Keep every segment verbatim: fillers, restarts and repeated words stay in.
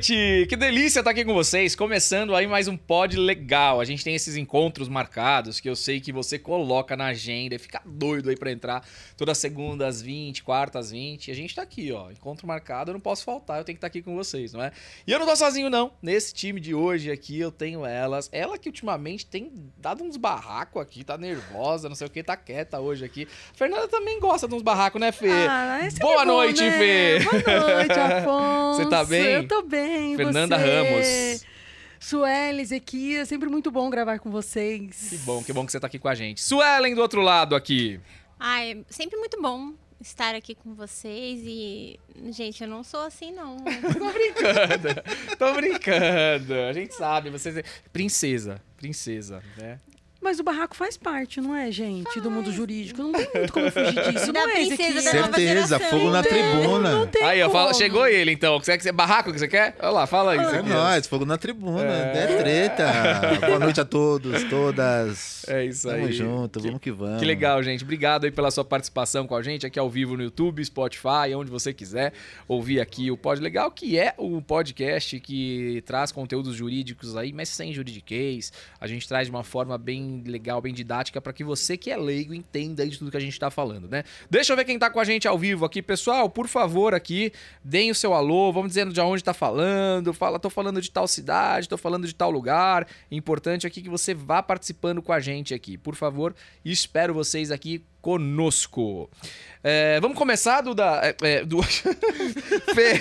noite! Que delícia estar aqui com vocês, começando aí mais um pod legal. A gente tem esses encontros marcados que eu sei que você coloca na agenda e fica doido aí pra entrar toda segunda às vinte, quarta às vinte. E a gente tá aqui, ó, encontro marcado, eu não posso faltar, eu tenho que estar aqui com vocês, não é? E eu não tô sozinho não, nesse time de hoje aqui eu tenho elas. Ela que ultimamente tem dado uns barracos aqui, tá nervosa, não sei o que, tá quieta hoje aqui. A Fernanda também gosta de uns barracos, né, Fê? Ah, esse Boa é bom, noite, né? Fê! Boa noite, Afonso. Você tá bem? Eu tô bem, Fernanda você? Ramos. Sueli, Ezequias, sempre muito bom gravar com vocês. Que bom, que bom que você tá aqui com a gente. Suelen do outro lado aqui. Ai, sempre muito bom estar aqui com vocês e... Gente, eu não sou assim, não. Tô brincando, tô brincando. A gente sabe, você... Princesa, princesa, né? Mas o barraco faz parte, não é, gente? Faz. Do mundo jurídico. Não tem muito como fugir disso, da não é, princesa Ezequias? da nova Certeza, geração. fogo na Não tem, tribuna. não tem Aí, ó, fala, como. chegou ele então. Você quer barraco que você quer? Olha lá, fala aí. É Ezequias. nóis, fogo na tribuna. É. É, treta. Boa noite a todos, todas. É isso aí. Tamo junto, Que- vamos que vamos. Que legal, gente. Obrigado aí pela sua participação com a gente aqui ao vivo no YouTube, Spotify, onde você quiser ouvir aqui o Pod Legal, que é o podcast que traz conteúdos jurídicos aí, mas sem juridiquês. A gente traz de uma forma bem legal, bem didática, para que você que é leigo entenda aí de tudo que a gente tá falando, né? Deixa eu ver quem tá com a gente ao vivo aqui. Pessoal, por favor, aqui, deem o seu alô, vamos dizendo de onde tá falando, fala, tô falando de tal cidade, tô falando de tal lugar. Importante aqui que você vá participando com a gente aqui, por favor, e espero vocês aqui conosco. É, vamos começar, Duda? É, é, du... Fê.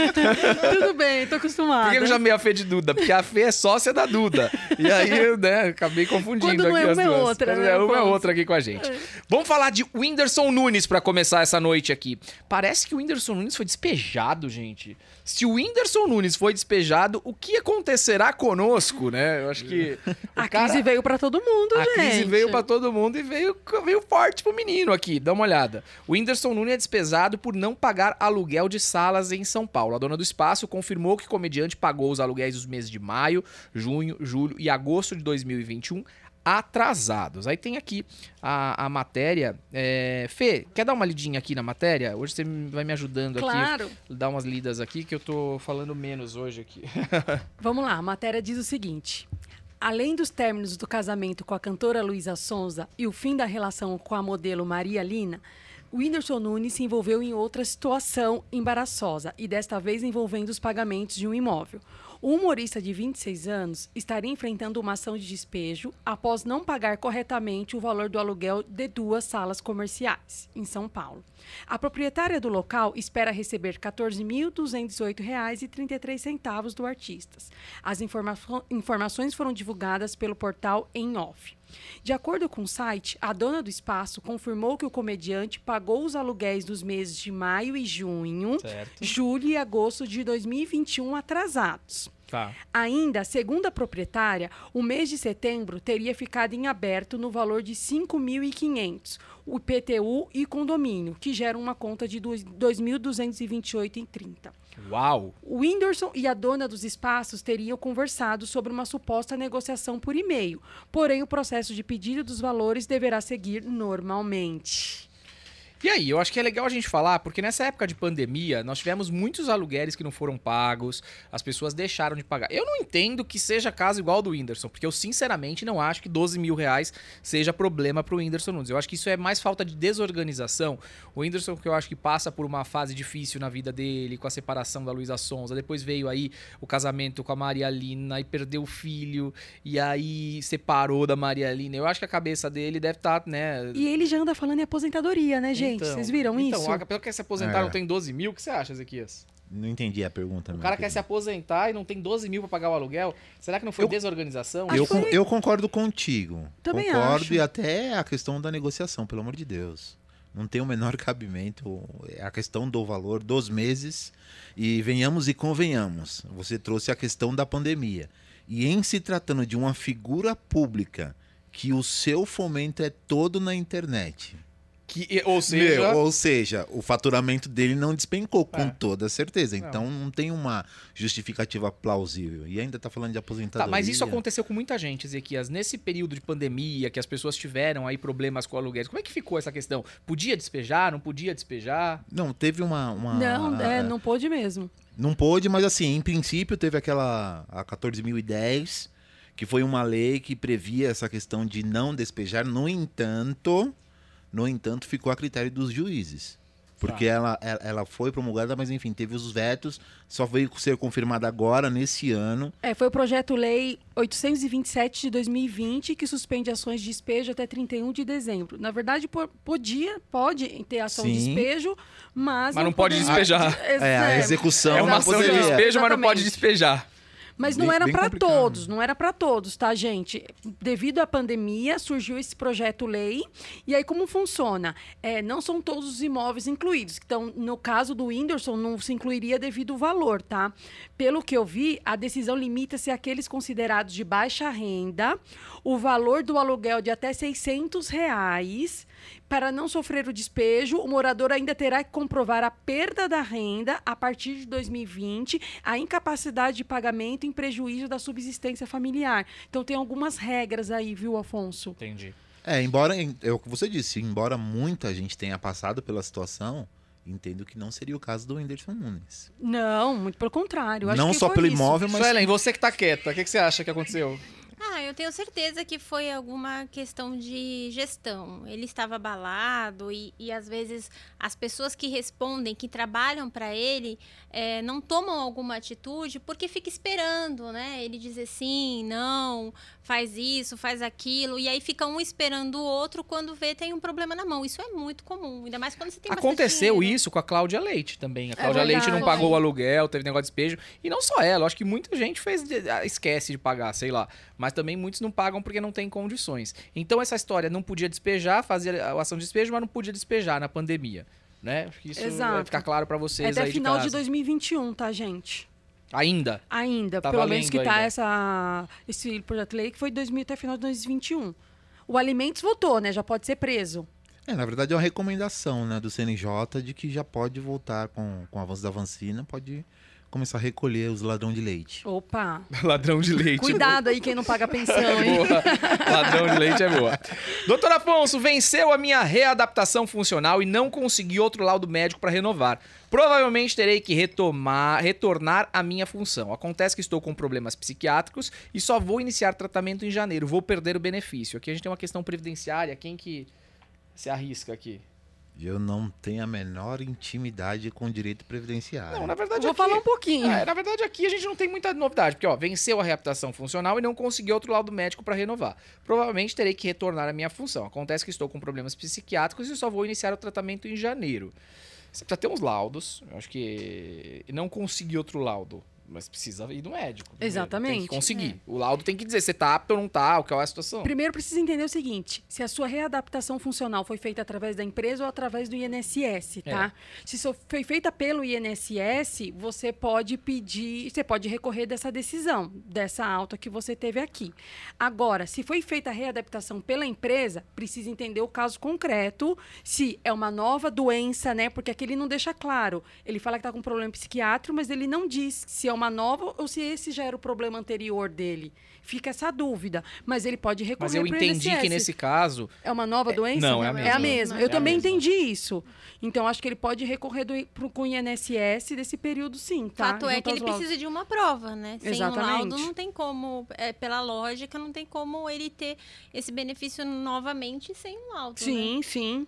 Tudo bem, tô acostumada. Por que eu chamei a Fê de Duda? Porque a Fê é sócia da Duda. E aí, eu, né, acabei confundindo Quando não aqui é as uma, é duas. outra, Quando né, é uma é Afonso? outra aqui com a gente. Vamos falar de Whindersson Nunes pra começar essa noite aqui. Parece que o Whindersson Nunes foi despejado, gente. Se o Whindersson Nunes foi despejado, o que acontecerá conosco, né? Eu acho que o A cara... crise veio pra todo mundo, A gente. crise veio pra todo mundo e veio, veio forte pro menino aqui. Dá uma olhada. O Whindersson Nunes é despesado por não pagar aluguel de salas em São Paulo. A dona do espaço confirmou que o comediante pagou os aluguéis dos meses de maio, junho, julho e agosto de dois mil e vinte e um atrasados. Aí tem aqui a, a matéria. É... Fê, quer dar uma lidinha aqui na matéria? Hoje você vai me ajudando Claro. aqui. Dar umas lidas aqui que eu tô falando menos hoje aqui. Vamos lá, a matéria diz o seguinte. Além dos términos do casamento com a cantora Luísa Sonza e o fim da relação com a modelo Maria Lina, o Whindersson Nunes se envolveu em outra situação embaraçosa e desta vez envolvendo os pagamentos de um imóvel. O humorista de vinte e seis anos estaria enfrentando uma ação de despejo após não pagar corretamente o valor do aluguel de duas salas comerciais em São Paulo. A proprietária do local espera receber quatorze mil duzentos e oito reais e trinta e três centavos do artista. As informa- informações foram divulgadas pelo portal Em Off. De acordo com o site, a dona do espaço confirmou que o comediante pagou os aluguéis dos meses de maio e junho, Certo. julho e agosto de dois mil e vinte e um atrasados. Tá. Ainda, segundo a proprietária, o mês de setembro teria ficado em aberto no valor de cinco mil e quinhentos reais, o I P T U e condomínio, que gera uma conta de dois mil duzentos e vinte e oito reais e trinta centavos. Uau! O Whindersson e a dona dos espaços teriam conversado sobre uma suposta negociação por e-mail, porém o processo de pedido dos valores deverá seguir normalmente. E aí, eu acho que é legal a gente falar, porque nessa época de pandemia, nós tivemos muitos aluguéis que não foram pagos, as pessoas deixaram de pagar. Eu não entendo que seja caso igual ao do Whindersson, porque eu sinceramente não acho que doze mil reais seja problema pro Whindersson Nunes. Eu acho que isso é mais falta de desorganização. O Whindersson, que eu acho que passa por uma fase difícil na vida dele, com a separação da Luísa Sonza, depois veio aí o casamento com a Maria Lina e perdeu o filho, e aí separou da Maria Lina. Eu acho que a cabeça dele deve estar, né... E ele já anda falando em aposentadoria, né, gente? Então, Vocês viram então, isso? a pessoa quer se aposentar, É. não tem doze mil, o que você acha, Ezequias? Não entendi a pergunta. O meu cara quer querido. se aposentar e não tem doze mil pra pagar o aluguel? Será que não foi Eu- desorganização? Eu, Acho que con- foi- eu concordo contigo. Também concordo acho. e até a questão da negociação, pelo amor de Deus. Não tem o menor cabimento. É a questão do valor dos meses. E venhamos e convenhamos. Você trouxe a questão da pandemia. E em se tratando de uma figura pública que o seu fomento é todo na internet. Que, ou seja... Meu, ou seja, o faturamento dele não despencou, com É. toda certeza. Não. Então não tem uma justificativa plausível. E ainda tá falando de aposentadoria. Tá, mas isso aconteceu com muita gente, Ezequias. Nesse período de pandemia, que as pessoas tiveram aí problemas com aluguéis, como é que ficou essa questão? Podia despejar, não podia despejar? Não, teve uma... uma Não, é, não pôde mesmo. Não pôde, mas assim, em princípio teve aquela a quatorze mil e dez, que foi uma lei que previa essa questão de não despejar. No entanto, no entanto, ficou a critério dos juízes. Porque Tá. ela, ela, ela foi promulgada, mas enfim, teve os vetos, só veio ser confirmada agora, nesse ano. É, foi o projeto-lei oitocentos e vinte e sete de dois mil e vinte que suspende ações de despejo até trinta e um de dezembro. Na verdade, po- podia, pode ter ação de Sim. despejo, mas... Mas não pode poderia- despejar. Ex- É, a é, execução É uma não ação de poderia. despejo, mas não pode Exatamente. despejar. Mas não Bem- era bem para complicado. todos, não era para todos, tá, gente? Devido à pandemia, surgiu esse projeto-lei. E aí, como funciona? É, não são todos os imóveis incluídos. Então, no caso do Whindersson, não se incluiria devido ao valor, tá? Pelo que eu vi, a decisão limita-se àqueles considerados de baixa renda, o valor do aluguel de até seiscentos reais. Para não sofrer o despejo, o morador ainda terá que comprovar a perda da renda a partir de dois mil e vinte, a incapacidade de pagamento em prejuízo da subsistência familiar. Então, tem algumas regras aí, viu, Afonso? Entendi. É, embora, é o que você disse, embora muita gente tenha passado pela situação, entendo que não seria o caso do Whindersson Nunes. Não, muito pelo contrário. Eu acho Não que só foi pelo isso. imóvel, mas... Suelen, você que tá quieta, o que, que você acha que aconteceu? Ah, eu tenho certeza que foi alguma questão de gestão. Ele estava abalado e, e às vezes as pessoas que respondem, que trabalham para ele, eh, não tomam alguma atitude porque fica esperando, né? Ele dizer sim, não, faz isso, faz aquilo, e aí fica um esperando o outro, quando vê tem um problema na mão. Isso é muito comum, ainda mais quando você tem bastante Aconteceu dinheiro. isso com a Cláudia Leite também. A Cláudia Leite não verdade. pagou o aluguel, teve negócio de despejo. E não só ela, eu acho que muita gente fez, esquece de pagar, sei lá. Mas também muitos não pagam porque não tem condições. Então essa história não podia despejar, fazer a ação de despejo, mas não podia despejar na pandemia. Né? Acho que isso Exato. vai ficar claro pra É vocês até aí final de de, casa. dois mil e vinte e um, tá, gente? Ainda. Ainda, Tá pelo menos valendo que tá ainda. essa, esse projeto de lei que foi de dois mil até final de dois mil e vinte e um. O Alimentos votou, né? Já pode ser preso. É, na verdade é uma recomendação, né, do C N J de que já pode voltar com, com o avanço da vacina, pode começar a recolher os ladrão de leite. Opa! Ladrão de leite. Cuidado aí quem não paga pensão, hein? Boa. Ladrão de leite é boa. Doutor Afonso, venceu a minha readaptação funcional e não consegui outro laudo médico para renovar. Provavelmente terei que retomar, retornar à minha função. Acontece que estou com problemas psiquiátricos e só vou iniciar tratamento em janeiro. Vou perder o benefício. Aqui a gente tem uma questão previdenciária. Quem que se arrisca aqui? Eu não tenho a menor intimidade com o direito previdenciário. Não, na verdade Vou aqui... falar um pouquinho. É, na verdade, aqui a gente não tem muita novidade, porque ó, venceu a readaptação funcional e não conseguiu outro laudo médico para renovar. Provavelmente terei que retornar à minha função. Acontece que estou com problemas psiquiátricos e só vou iniciar o tratamento em janeiro. Você precisa ter uns laudos. Eu acho que não consegui outro laudo, mas precisa ir do médico. primeiro. Exatamente. Tem que conseguir. O laudo tem que dizer se tá apto ou não tá, qual é a situação. Primeiro precisa entender o seguinte: se a sua readaptação funcional foi feita através da empresa ou através do I N S S, tá? Se isso foi feita pelo I N S S, você pode pedir, você pode recorrer dessa decisão, dessa alta que você teve aqui. Agora, se foi feita a readaptação pela empresa, precisa entender o caso concreto, se é uma nova doença, né? Porque aqui ele não deixa claro. Ele fala que tá com problema psiquiátrico, mas ele não diz se é uma nova ou se esse já era o problema anterior dele. Fica essa dúvida. Mas ele pode recorrer Mas eu pro entendi I N S S. que nesse caso... É uma nova doença? não, é a É mesma. a mesma. Não, Eu é a também mesma. entendi isso. Então, acho que ele pode recorrer do, pro, com o I N S S desse período, sim, tá? Fato é Junto que ele aos laudos. precisa de uma prova, né? Sem Exatamente. um laudo não tem como, é, pela lógica, não tem como ele ter esse benefício novamente sem um laudo, né? Sim, sim.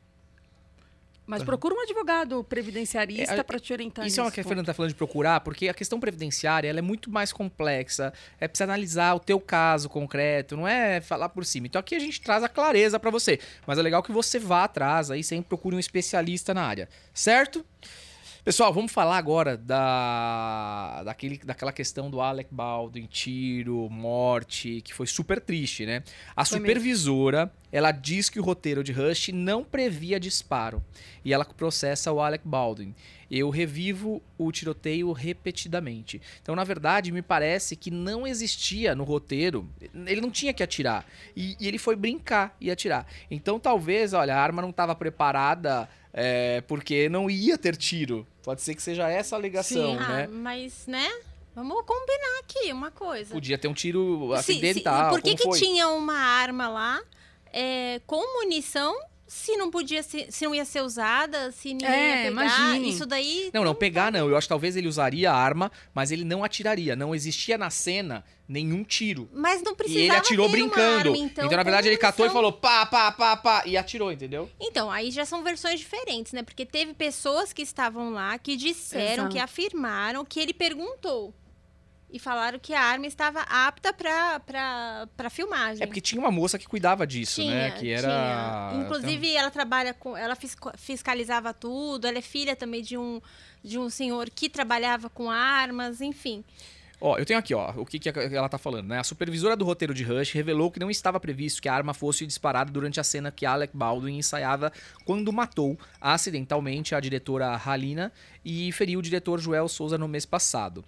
Mas procura um advogado previdenciarista É, para te orientar Isso é uma nisso, que a pô. Fernanda tá falando de procurar, porque a questão previdenciária ela é muito mais complexa. É preciso analisar o teu caso concreto, não é falar por cima. Então aqui a gente traz a clareza pra você. Mas é legal que você vá atrás, aí sempre procure um especialista na área. Certo? Pessoal, vamos falar agora da, daquele, daquela questão do Alec Baldwin, tiro, morte, que foi super triste, né? A Foi supervisora, ela diz que o roteiro de Rush não previa disparo. E ela processa o Alec Baldwin. Eu revivo o tiroteio repetidamente. Então, na verdade, me parece que não existia no roteiro, ele não tinha que atirar. E, e ele foi brincar e atirar. Então, talvez, olha, a arma não estava preparada é, porque não ia ter tiro. Pode ser que seja essa a alegação, Sim. né? Ah, mas, né? Vamos combinar aqui uma coisa. Podia ter um tiro Se- se- acidental. por que, como que foi? tinha uma arma lá é, com munição se não podia ser, se não ia ser usada, se ninguém É, ia pegar? imagine. Isso daí. Não, não, pegar não. Eu acho que talvez ele usaria a arma, mas ele não atiraria. Não existia na cena nenhum tiro. Mas não E precisava ele atirou ter uma brincando. arma, então, então, na verdade, com ele catou e munição. falou pá, pá, pá, pá, e atirou, entendeu? Então, aí já são versões diferentes, né? Porque teve pessoas que estavam lá que disseram, Exato. que afirmaram que ele perguntou. E falaram que a arma estava apta para para filmagem. É porque tinha uma moça que cuidava disso, né? Que era. tinha. Inclusive, ela trabalha com. Ela fisco- fiscalizava tudo. Ela é filha também de um, de um senhor que trabalhava com armas, enfim. Ó, eu tenho aqui, ó, o que, que ela tá falando, né? A supervisora do roteiro de Rush revelou que não estava previsto que a arma fosse disparada durante a cena que Alec Baldwin ensaiava quando matou acidentalmente a diretora Halina e feriu o diretor Joel Souza no mês passado.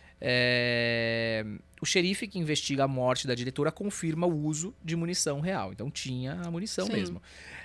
É... O xerife que investiga a morte da diretora confirma o uso de munição real. Então tinha a munição Sim. mesmo.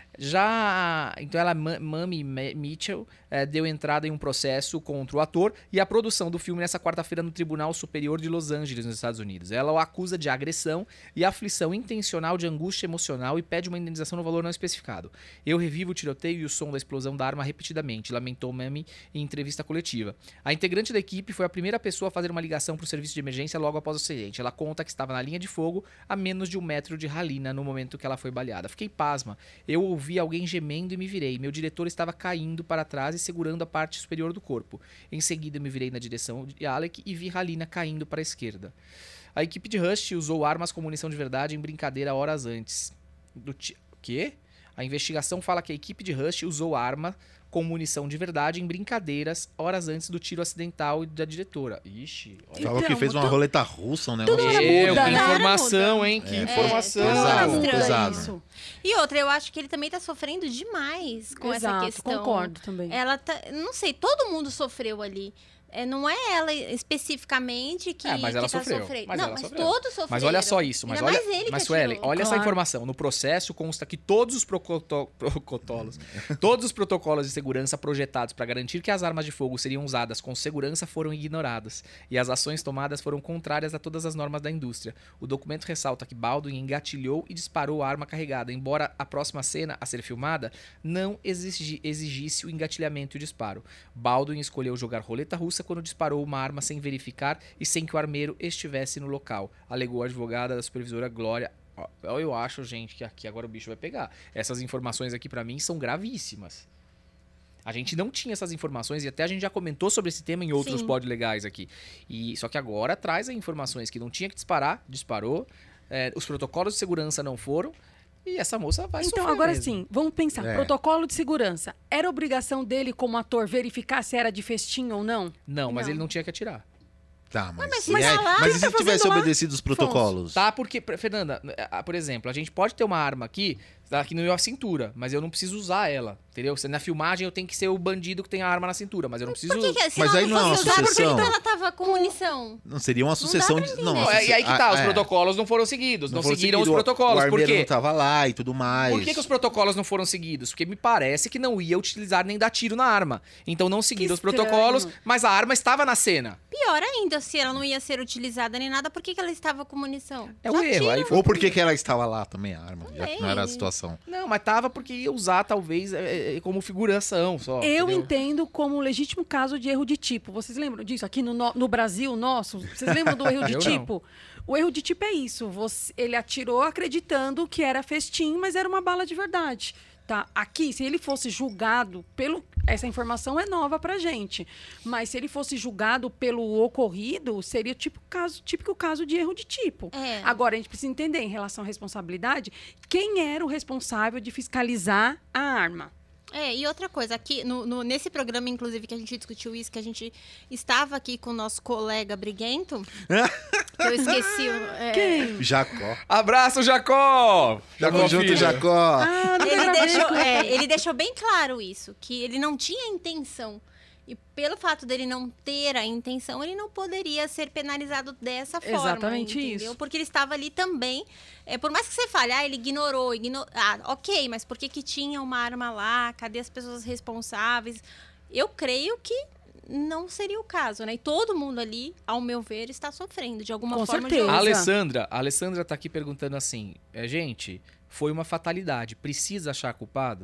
Já, então ela, Ma- Mami Me- Mitchell, eh, deu entrada em um processo contra o ator e a produção do filme nessa quarta-feira no Tribunal Superior de Los Angeles, nos Estados Unidos. Ela o acusa de agressão e aflição intencional de angústia emocional e pede uma indenização no valor não especificado. Eu revivo o tiroteio e o som da explosão da arma repetidamente, lamentou Mami em entrevista coletiva. A integrante da equipe foi a primeira pessoa a fazer uma ligação para o serviço de emergência logo após o acidente. Ela conta que estava na linha de fogo a menos de um metro de Halina no momento que ela foi baleada. Fiquei pasma. Eu ouvi alguém gemendo e me virei. Meu diretor estava caindo para trás e segurando a parte superior do corpo. Em seguida, me virei na direção de Alec e vi Halina caindo para a esquerda. A equipe de Rush usou armas com munição de verdade em brincadeira horas antes. Do ti... O quê? A investigação fala que a equipe de Rush usou arma com munição de verdade em brincadeiras horas antes do tiro acidental da diretora. Ixi, olha. Falou que Então, fez uma tu- roleta russa, um Tudo negócio. era Meu, muda, que né? informação, hein? Que É. informação. É, Pesado, estranho pesado. isso. E outra, eu acho que ele também tá sofrendo demais com Exato, essa questão. concordo também. Ela tá. Não sei, todo mundo sofreu ali. É, não é ela especificamente que, É, mas ela que tá sofreu, sofrendo. mas não, ela mas sofreu. todos sofreram. Mas olha só isso, mas Ainda olha, mais ele mas que Suelen, atirou. olha essa Claro. informação. No processo consta que todos os procoto- protocolos, todos os protocolos de segurança projetados para garantir que as armas de fogo seriam usadas com segurança foram ignorados e as ações tomadas foram contrárias a todas as normas da indústria. O documento ressalta que Baldwin engatilhou e disparou a arma carregada, embora a próxima cena a ser filmada não exigi- exigisse o engatilhamento e o disparo. Baldwin escolheu jogar roleta russa quando disparou uma arma sem verificar e sem que o armeiro estivesse no local, alegou a advogada da supervisora Glória. Ó, eu acho, gente, que aqui agora o bicho vai pegar. Essas informações aqui pra mim são gravíssimas. A gente não tinha essas informações e até a gente já comentou sobre esse tema em outros Sim. pod legais aqui. E só que agora traz as informações que não tinha que disparar, disparou. É, os protocolos de segurança não foram. E essa moça vai Então, sofrer agora mesmo. sim, vamos pensar. É. Protocolo de segurança. Era obrigação dele, como ator, verificar se era de festim ou não? Não, mas Não. ele não tinha que atirar. Tá, mas, mas e mas aí- tá lá, mas o que e se tá tivesse fazendo lá? obedecido os protocolos? Tá, porque, Fernanda, ah, por exemplo, a gente pode ter uma arma aqui, tá, aqui na cintura, mas eu não preciso usar ela, entendeu? Se na filmagem eu tenho que ser o bandido que tem a arma na cintura, mas eu não preciso... Por que, que se Mas ela aí não é uma fosse usar, por que sucessão. que ela tava com munição? Não seria uma sucessão pra de. entender. Não, Não, uma é, e aí que tá, suce- os ah, é. protocolos não foram seguidos, não, foram seguiram seguidos, os protocolos, O por armeiro quê? não tava lá e tudo mais. Por que, que os protocolos não foram seguidos? Porque me parece que não ia utilizar nem dar tiro na arma. Então não seguiram os estranho. protocolos, mas a arma estava na cena. Pior ainda, se ela não ia ser utilizada nem nada, por que, que ela estava com munição? É Já o erro. tira. Aí foi- Ou por que que ela estava lá também, a arma? Já que não era a Também. situação. Não, mas tava porque ia usar, talvez, é, é, como figuração só. Eu entendeu? entendo como um legítimo caso de erro de tipo. Vocês lembram disso? Aqui no, no- no Brasil nosso, vocês lembram do erro de Eu não. tipo? O erro de tipo é isso. Você- ele atirou acreditando que era festim, mas era uma bala de verdade. Tá? Aqui, se ele fosse julgado pelo... Essa informação é nova pra gente. Mas se ele fosse julgado pelo ocorrido, seria tipo caso, típico caso de erro de tipo. É. Agora, a gente precisa entender, em relação à responsabilidade, quem era o responsável de fiscalizar a arma. É, e outra coisa, aqui no, no- nesse programa, inclusive, que a gente discutiu isso, que a gente estava aqui com o nosso colega briguento, que eu esqueci. o- é, Quem? Jacó. Abraço, Jacó! Tamo junto, filho. Jacó. Ah, não Ele gravei deixou, com é, ele. ele deixou bem claro isso, que ele não tinha intenção. E pelo fato dele não ter a intenção, ele não poderia ser penalizado dessa forma. Exatamente entendeu? isso. Porque ele estava ali também. É, por mais que você fale, ah, ele ignorou, ignorou. Ah, ok, mas por que, que tinha uma arma lá? Cadê as pessoas responsáveis? Eu creio que não seria o caso, né? E todo mundo ali, ao meu ver, está sofrendo de alguma Com forma certeza. ou A de outra. Alessandra, a Alessandra tá aqui perguntando assim, é, gente, foi uma fatalidade, precisa achar culpado?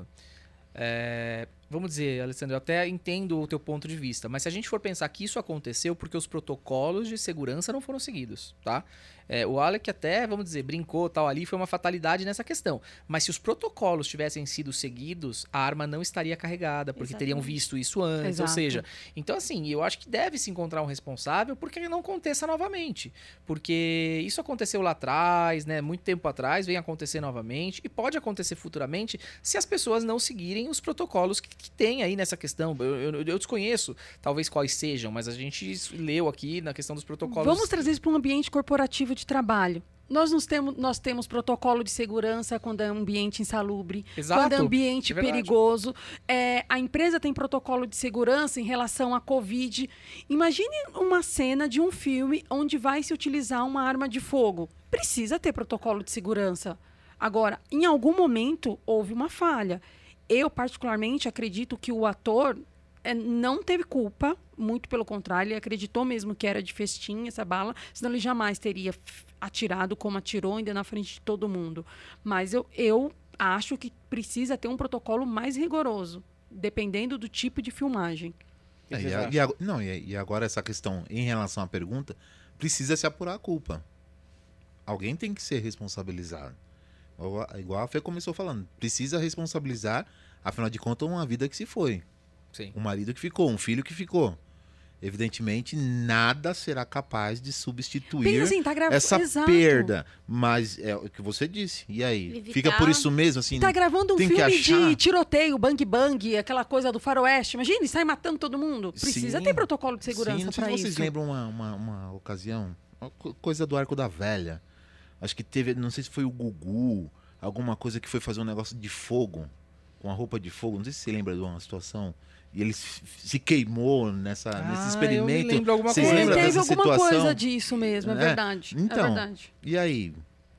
É, vamos dizer, Alessandra, eu até entendo o teu ponto de vista, mas se a gente for pensar que isso aconteceu porque os protocolos de segurança não foram seguidos, tá? É, o Alec até, vamos dizer, brincou tal ali, foi uma fatalidade nessa questão. Mas se os protocolos tivessem sido seguidos, a arma não estaria carregada, porque Exatamente. teriam visto isso antes, ou Exato. seja... Então, assim, eu acho que deve se encontrar um responsável porque não aconteça novamente. Porque isso aconteceu lá atrás, né? Muito tempo atrás, vem acontecer novamente e pode acontecer futuramente se as pessoas não seguirem os protocolos que, que tem aí nessa questão. Eu, eu, eu desconheço, talvez quais sejam, mas a gente leu aqui na questão dos protocolos. Vamos trazer isso para um ambiente corporativo de trabalho. Nós, nos temos, nós temos protocolo de segurança quando é ambiente insalubre, Exato, quando é ambiente é verdade. perigoso. É, a empresa tem protocolo de segurança em relação à Covid. Imagine uma cena de um filme onde vai se utilizar uma arma de fogo. Precisa ter protocolo de segurança. Agora, em algum momento, houve uma falha. Eu, particularmente, acredito que o ator é, não teve culpa, muito pelo contrário, ele acreditou mesmo que era de festim essa bala, senão ele jamais teria f- atirado como atirou, ainda na frente de todo mundo. Mas eu, eu acho que precisa ter um protocolo mais rigoroso, dependendo do tipo de filmagem. O que É, vocês e, a- acham? e a- não, e, e agora essa questão em relação à pergunta, precisa se apurar a culpa. Alguém tem que ser responsabilizado. Igual a- Igual a Fê começou falando, precisa responsabilizar, afinal de contas, uma vida que se foi. Sim. Um marido que ficou, um filho que ficou. Evidentemente, nada será capaz de substituir Pensa assim, tá gravando. essa Exato. perda. Mas é o que você disse. E aí? Evitar- Fica por isso mesmo, assim. Tá gravando um tem que filme achar. de tiroteio, bang bang, aquela coisa do faroeste. Imagina, sai matando todo mundo. Precisa Sim. ter protocolo de segurança Sim, não sei para se vocês isso. lembram uma, uma, uma ocasião, uma co- coisa do Arco da Velha. Acho que teve, não sei se foi o Gugu, alguma coisa que foi fazer um negócio de fogo, com a roupa de fogo. Não sei se você lembra de uma situação. E ele se se queimou nessa, Ah, nesse eu me experimento. lembro alguma Vocês coisa. É, lembram teve dessa alguma situação? coisa disso mesmo, é É. verdade. Então, é verdade. E aí?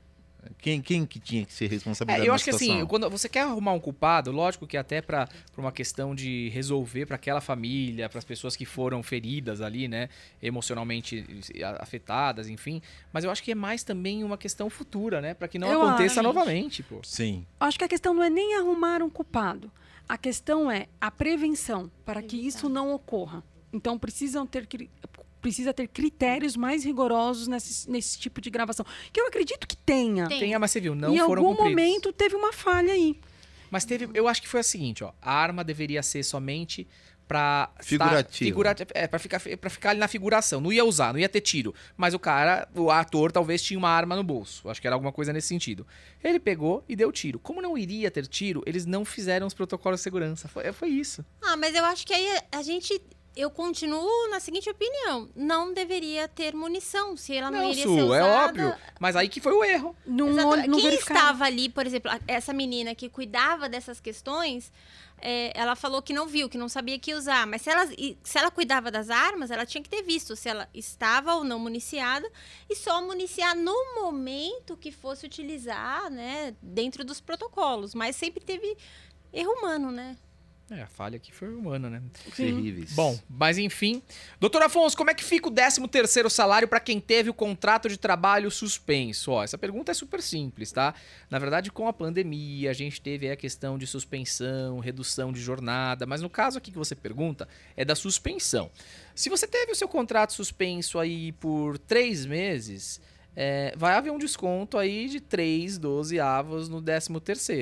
Quem, quem que tinha que ser responsabilizado É, eu na acho que situação? assim, quando você quer arrumar um culpado, lógico que até pra pra uma questão de resolver pra aquela família, para as pessoas que foram feridas ali, né, emocionalmente afetadas, enfim. Mas eu acho que é mais também uma questão futura, né, pra que não Eu aconteça acho. novamente, pô. Sim. Acho que a questão não é nem arrumar um culpado. A questão é a prevenção, para que isso não ocorra. Então, precisam ter, cri- precisa ter critérios mais rigorosos nesse, nesse tipo de gravação. Que eu acredito que tenha. Tem. Tem, mas você viu, não em foram algum cumpridos. momento teve uma falha aí. Mas teve, eu acho que foi a seguinte, ó, a arma deveria ser somente pra estar- Figurativo. figura- é, pra ficar, pra ficar ali na figuração, não ia usar, não ia ter tiro, mas o cara, o ator talvez tinha uma arma no bolso, acho que era alguma coisa nesse sentido. Ele pegou e deu tiro. Como não iria ter tiro, eles não fizeram os protocolos de segurança, foi, foi isso. Ah, mas eu acho que aí a gente. Eu continuo na seguinte opinião: não deveria ter munição, se ela não, Não, iria Su, ser é usada. óbvio, mas aí que foi o erro. Não, Exato. ol- não Quem verificaram. estava ali, por exemplo, a- essa menina que cuidava dessas questões, é, ela falou que não viu, que não sabia que usar. Mas se ela, e- se ela cuidava das armas, ela tinha que ter visto se ela estava ou não municiada e só municiar no momento que fosse utilizar, né, dentro dos protocolos. Mas sempre teve erro humano, né? É, a falha aqui foi humana, né? Terríveis. Bom, mas enfim. Doutor Afonso, como é que fica o décimo terceiro salário para quem teve o contrato de trabalho suspenso? Ó, essa pergunta é super simples, tá? Na verdade, com a pandemia, a gente teve aí a questão de suspensão, redução de jornada, mas no caso aqui que você pergunta, é da suspensão. Se você teve o seu contrato suspenso aí por três meses, é, vai haver um desconto aí de três dozeavos no décimo terceiro.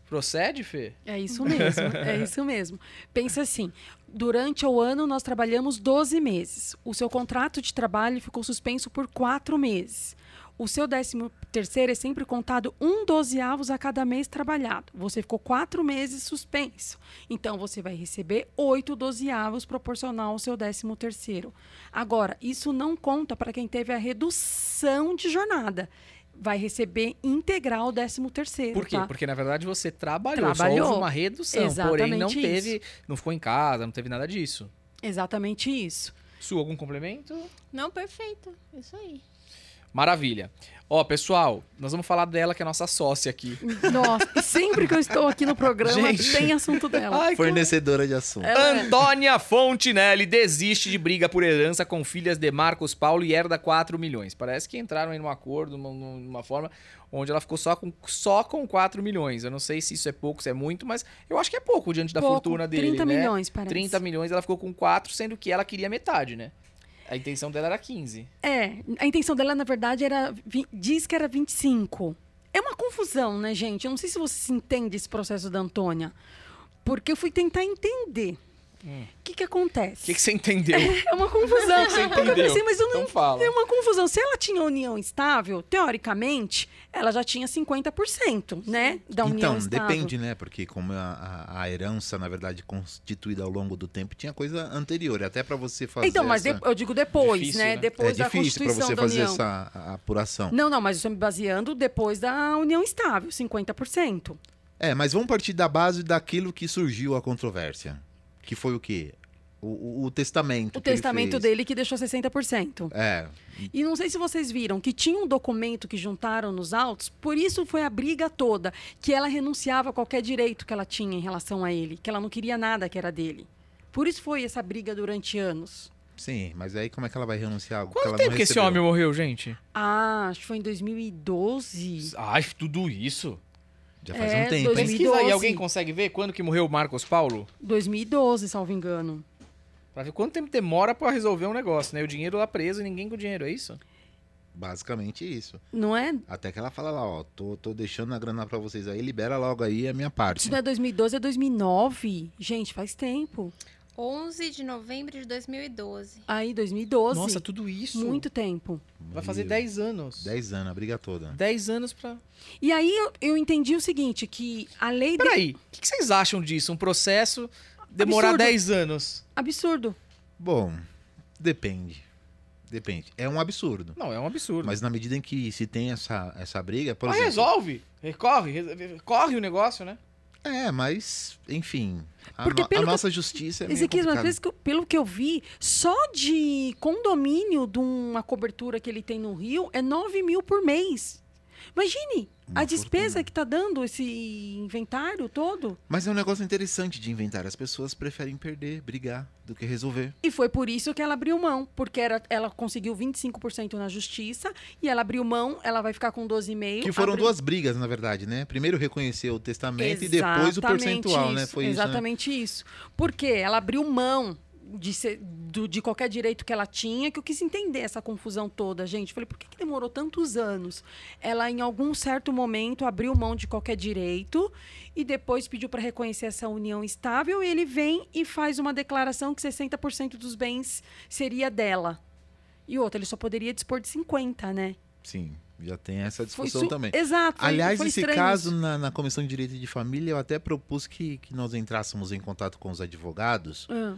Procede, Fê? É isso mesmo, é isso mesmo. Pensa assim, durante o ano nós trabalhamos doze meses. O seu contrato de trabalho ficou suspenso por quatro meses. O seu décimo terceiro é sempre contado um dozeavos a cada mês trabalhado. Você ficou quatro meses suspenso. Então, você vai receber oito dozeavos proporcional ao seu décimo terceiro. Agora, isso não conta para quem teve a redução de jornada. Vai receber integral o décimo terceiro. Por quê? Tá? Porque, na verdade, você trabalhou, Trabalhou. só houve uma redução. Exatamente porém, não teve, isso. não ficou em casa, não teve nada disso. Exatamente isso. Su, algum complemento? Não, perfeito. Isso aí. Maravilha. Ó, pessoal, nós vamos falar dela, que é a nossa sócia aqui. Nossa, e sempre que eu estou aqui no programa, Gente. tem assunto dela. Ai, Fornecedora de assunto. Ela é- Antônia Fontinelli desiste de briga por herança com filhas de Marcos Paulo e herda quatro milhões. Parece que entraram em um acordo, numa, numa forma onde ela ficou só com, só com quatro milhões. Eu não sei se isso é pouco, se é muito, mas eu acho que é pouco diante da Pouco, fortuna dele, trinta né? milhões, parece. trinta milhões, ela ficou com quatro, sendo que ela queria metade, né? A intenção dela era quinze. É, a intenção dela, na verdade, era. vi- Diz que era vinte e cinco. É uma confusão, né, gente? Eu não sei se você se entende esse processo da Antônia. Porque eu fui tentar entender. O Hum. que, que acontece? O que, que você entendeu? É uma confusão. Você Porque eu entendeu? pensei, mas eu não. Então fala. É uma confusão. Se ela tinha união estável, teoricamente, ela já tinha cinquenta por cento, né? Da união Então, estável. depende, né? Porque como a, a, a herança, na verdade, constituída ao longo do tempo, tinha coisa anterior. Até para você fazer Então, mas essa... de- eu digo depois, Difícil, né? né? Depois É da difícil para Constituição você da fazer União. essa a- apuração. Não, não, mas eu estou me baseando depois da união estável, cinquenta por cento. É, mas vamos partir da base daquilo que surgiu a controvérsia. Que foi o quê? O, o, o testamento. O que ele testamento fez. dele que deixou sessenta por cento. É. E não sei se vocês viram que tinha um documento que juntaram nos autos, por isso foi a briga toda, que ela renunciava a qualquer direito que ela tinha em relação a ele, que ela não queria nada que era dele. Por isso foi essa briga durante anos. Sim, mas aí como é que ela vai renunciar a algo que Quanto ela tempo não que esse recebeu? homem morreu, gente? Ah, acho que foi em dois mil e doze. Ai, tudo isso? Já faz É, um tempo, hein? dois mil e Pesquisa aí, doze. alguém consegue ver quando que morreu o Marcos Paulo? dois mil e doze, salvo engano. Pra ver quanto tempo demora pra resolver um negócio, né? O dinheiro lá preso e ninguém com dinheiro, é isso? Basicamente isso. Não é? Até que ela fala lá, ó, tô, tô deixando a grana pra vocês aí, libera logo aí a minha parte. Isso não é dois mil e doze, é dois mil e nove. Gente, faz tempo. onze de novembro de dois mil e doze. Aí, dois mil e doze. Nossa, tudo isso? Muito tempo. Vai fazer Meu, dez anos. dez anos, a briga toda. dez anos pra... E aí eu, eu entendi o seguinte, que a lei... de- Peraí, o que, que vocês acham disso? Um processo demorar Absurdo. dez anos? Absurdo. Bom, depende. Depende. É um absurdo. Não, é um absurdo. Mas na medida em que se tem essa, essa briga, por Mas exemplo... resolve. Recorre. re- Corre o negócio, né? É, mas, enfim, a, Porque no- a pelo que nossa justiça é meio Ezequias, mas complicada. vezes que eu- pelo que eu vi, só de condomínio de uma cobertura que ele tem no Rio é nove mil por mês. Imagine Uma a despesa fortuna. que tá dando esse inventário todo. Mas é um negócio interessante de inventar. As pessoas preferem perder, brigar, do que resolver. E foi por isso que ela abriu mão, porque era, ela conseguiu vinte e cinco por cento na justiça e ela abriu mão, ela vai ficar com doze vírgula cinco por cento. Que foram abriu- duas brigas, na verdade, né? Primeiro reconhecer o testamento e depois o Exatamente percentual, né? isso, Foi isso, né? exatamente isso. Porque ela abriu mão de, ser- do- de qualquer direito que ela tinha, que eu quis entender essa confusão toda, gente. Falei, por que, que demorou tantos anos? Ela, em algum certo momento, abriu mão de qualquer direito e depois pediu para reconhecer essa união estável e ele vem e faz uma declaração que sessenta por cento dos bens seria dela. E outra, ele só poderia dispor de cinquenta por cento, né? Sim, já tem essa Foi discussão su- também. Exato. foi- Aliás, foi esse estranho caso, isso. na, na Comissão de Direito de Família, eu até propus que, que nós entrássemos em contato com os advogados, Ah.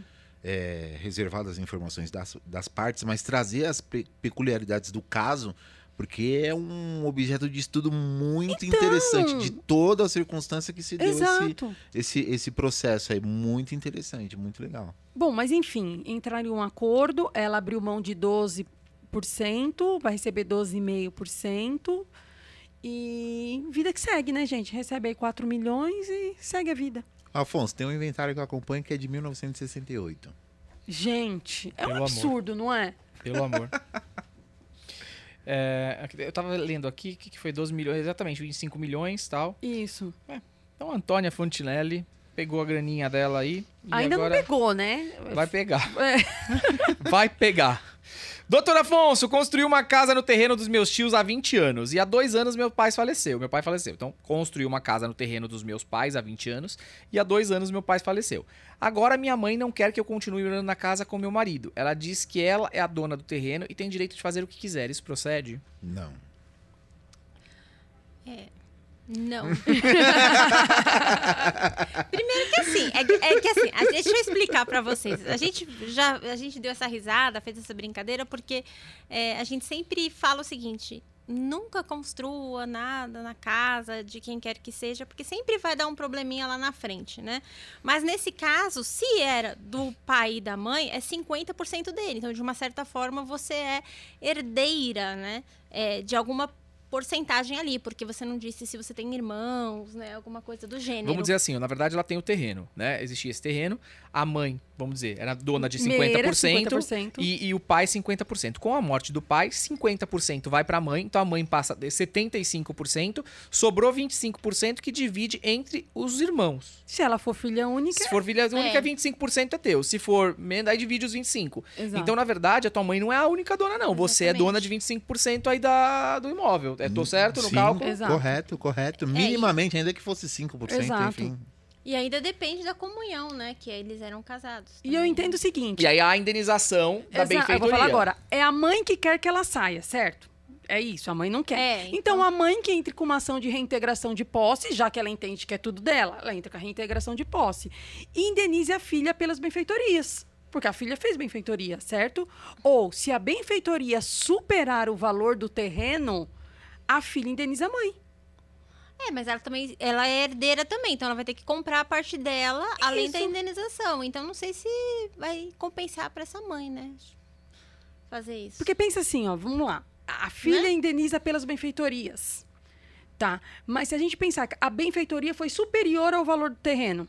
é, reservadas as informações das, das partes, mas trazer as pe- peculiaridades do caso, porque é um objeto de estudo muito Então! interessante, de toda a circunstância que se deu esse, Exato. esse, esse processo aí. Muito interessante, muito legal. Bom, mas enfim, entraram em um acordo, ela abriu mão de doze por cento, vai receber doze vírgula cinco por cento. E vida que segue, né, gente? Recebe aí quatro milhões e segue a vida. Afonso, tem um inventário que eu acompanho que é de mil novecentos e sessenta e oito. Gente, é Pelo um amor. absurdo, não é? Pelo amor. É, eu tava lendo aqui que que foi doze milhões, exatamente, vinte e cinco milhões e tal. Isso. Então, a Antônia Fontinelli pegou a graninha dela aí. E Ainda agora não pegou, né? vai pegar. É. Vai pegar. Doutor Afonso, construiu uma casa no terreno dos meus tios há vinte anos. E há dois anos meu pai faleceu. Meu pai faleceu. Então, construiu uma casa no terreno dos meus pais há vinte anos. E há dois anos meu pai faleceu. Agora minha mãe não quer que eu continue morando na casa com meu marido. Ela diz que ela é a dona do terreno e tem direito de fazer o que quiser. Isso procede? Não. É. Não. Primeiro que assim, é, que- é que assim, a gente, deixa eu explicar pra vocês. A gente já a gente deu essa risada, fez essa brincadeira, porque é, a gente sempre fala o seguinte: nunca construa nada na casa de quem quer que seja, porque sempre vai dar um probleminha lá na frente, né? Mas nesse caso, se era do pai e da mãe, é cinquenta por cento dele. Então, de uma certa forma, você é herdeira, né? É, de alguma porcentagem ali, porque você não disse se você tem irmãos, né? Alguma coisa do gênero. Vamos dizer assim, ó, na verdade ela tem o terreno, né? Existia esse terreno, a mãe, vamos dizer, era dona de Meira, cinquenta por cento, cinquenta por cento. E, e o pai cinquenta por cento. Com a morte do pai, cinquenta por cento vai pra mãe, então a mãe passa de setenta e cinco por cento, sobrou vinte e cinco por cento que divide entre os irmãos. Se ela for filha única, Se for filha única, É. vinte e cinco por cento é teu. Se for menor, aí divide os vinte e cinco por cento. Exato. Então, na verdade, a tua mãe não é a única dona, não. Você é Exatamente. dona de vinte e cinco por cento aí da, do imóvel. É, tô certo no Sim, cálculo? Exato. correto, correto. Minimamente, ainda que fosse cinco por cento, Exato. enfim. E ainda depende da comunhão, né? Que eles eram casados. e eu também, entendo o seguinte. E aí a indenização da Exa- benfeitoria. eu vou falar agora. É a mãe que quer que ela saia, certo? É isso, a mãe não quer. É, então... então- a mãe que entre com uma ação de reintegração de posse, já que ela entende que é tudo dela, ela entra com a reintegração de posse. E indenize a filha pelas benfeitorias. Porque a filha fez benfeitoria, certo? Ou, se a benfeitoria superar o valor do terreno, a filha indeniza a mãe. É, mas ela também, ela é herdeira também, então ela vai ter que comprar a parte dela, além da Isso. indenização. Então não sei se vai compensar para essa mãe, né? Fazer isso. Porque pensa assim, ó, vamos lá. A filha Né? indeniza pelas benfeitorias. Tá? Mas se a gente pensar que a benfeitoria foi superior ao valor do terreno,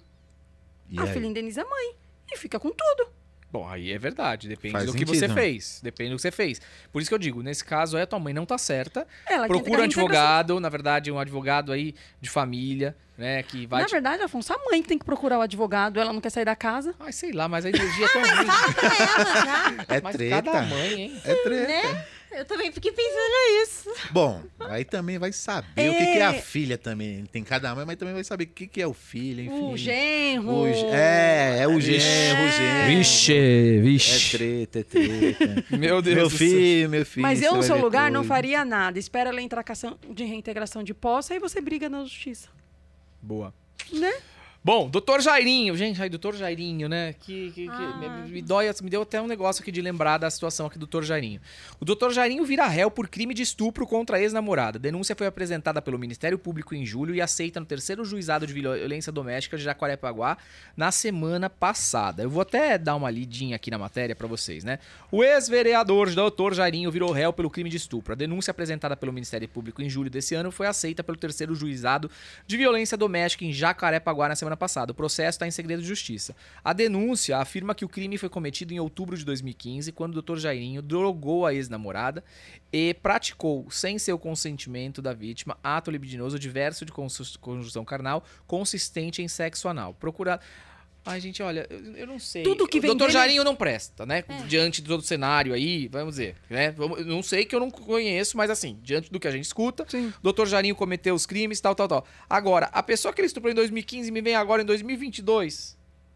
E a aí? filha indeniza a mãe e fica com tudo. Bom, aí é verdade. Depende Faz do que sentido. você fez. Depende do que você fez. Por isso que eu digo, nesse caso, é, tua mãe não tá certa. Ela que entra com Procura a um reintegração. advogado, na verdade, um advogado aí de família, né? Que vai Na te... verdade, Afonso, a mãe que tem que procurar o advogado, ela não quer sair da casa. Ai, sei lá, mas a energia é tão ruim. Fala pra ela já, É Mas treta. cada mãe, hein? É treta. né? Eu também fiquei pensando nisso. Bom, aí também vai saber o que, que é a filha também. Tem cada mãe, mas também vai saber o que, que é o filho, enfim. O genro. O ge- É, é o genro, o genro. Vixe, É vixe. treta, é treta. Meu Deus meu do céu. filho, meu filho. Mas você eu, no vai seu ver lugar, não coisa. faria nada. Espera ela entrar com ação de reintegração de posse, aí você briga na justiça. Boa. Né? Bom, doutor Jairinho, gente, aí, doutor Jairinho, né? Que, que, que Ah. me, me dói, me deu até um negócio aqui de lembrar da situação aqui do doutor Jairinho. O doutor Jairinho vira réu por crime de estupro contra a ex-namorada. A denúncia foi apresentada pelo Ministério Público em julho e aceita no terceiro juizado de violência doméstica de Jacarepaguá na semana passada. Eu vou até dar uma lidinha aqui na matéria pra vocês, né? O ex-vereador doutor Jairinho virou réu pelo crime de estupro. A denúncia apresentada pelo Ministério Público em julho desse ano foi aceita pelo terceiro juizado de violência doméstica em Jacarepaguá na semana passada. O processo está em segredo de justiça. A denúncia afirma que o crime foi cometido em outubro de dois mil e quinze, quando o doutor Jairinho drogou a ex-namorada e praticou, sem seu consentimento da vítima, ato libidinoso diverso de consu- conjunção carnal consistente em sexo anal. Procurado... Ai, gente, olha, eu, eu não sei. Tudo que o vem doutor dele- Jairinho não presta, né? Diante de todo o cenário aí, vamos dizer, né? Vamos- eu não sei que eu não conheço, mas assim, diante do que a gente escuta, Sim. doutor Jairinho cometeu os crimes, tal, tal, tal. Agora, a pessoa que ele estuprou em dois mil e quinze me vem agora em dois mil e vinte e dois.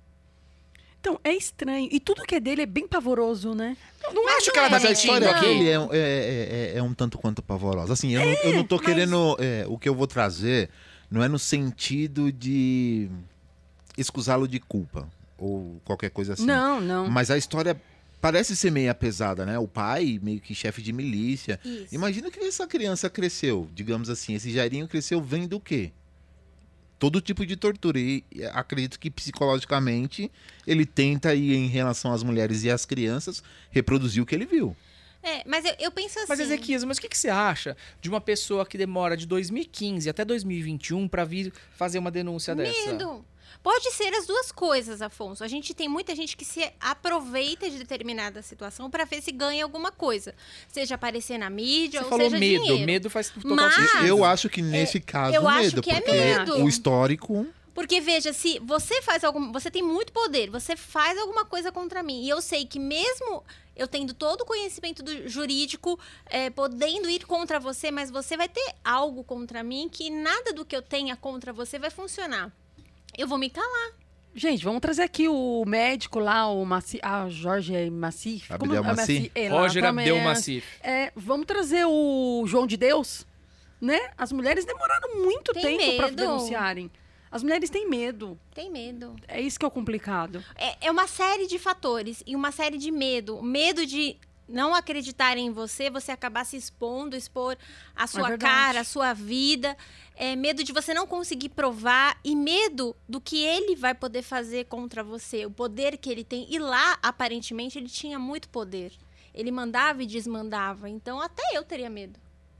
Então, é estranho. E tudo que é dele é bem pavoroso, né? Eu não Mas acho não que ela é, tá Mas a Não. história mentindo aqui. dele é, um- é, é- é- é um tanto quanto pavorosa. Assim, eu, não, eu não tô mas- querendo. é, o que eu vou trazer não é no sentido de excusá-lo de culpa ou qualquer coisa assim. Não, não. Mas a história parece ser meio pesada, né? O pai, meio que chefe de milícia. Isso. Imagina que essa criança cresceu, digamos assim. Esse Jairinho cresceu vendo o quê? Todo tipo de tortura. E e acredito que psicologicamente ele tenta aí, em relação às mulheres e às crianças, reproduzir o que ele viu. É, mas eu, eu penso assim. Mas, Ezequias, mas o que, que você acha de uma pessoa que demora de dois mil e quinze até dois mil e vinte e um pra vir fazer uma denúncia dessa? Medo. Pode ser as duas coisas, Afonso. A gente tem muita gente que se aproveita de determinada situação para ver se ganha alguma coisa. Seja aparecer na mídia Você ou falou seja medo. dinheiro. Medo faz total Mas- sentido. Eu acho que nesse caso eu acho medo, que é porque medo. o histórico Porque, veja, se você faz algum... Você tem muito poder, você faz alguma coisa contra mim. E eu sei que mesmo eu tendo todo o conhecimento do jurídico, é, podendo ir contra você, mas você vai ter algo contra mim que nada do que eu tenha contra você vai funcionar. Eu vou me calar. Gente, vamos trazer aqui o médico lá, o Maci... Ah, Jorge Massif. Abdel Massif. É, lá Roger também Abdel é- Massif. É, vamos trazer o João de Deus, né? As mulheres demoraram muito Tem tempo para medo. denunciarem. As mulheres têm medo. Tem medo. É isso que é o complicado. É, é uma série de fatores e uma série de medo. Medo de não acreditar em você, você acabar se expondo, expor a sua verdade. cara, a sua vida. É, medo de você não conseguir provar e medo do que ele vai poder fazer contra você, o poder que ele tem. E lá, aparentemente, ele tinha muito poder. Ele mandava e desmandava. Então, até eu teria medo.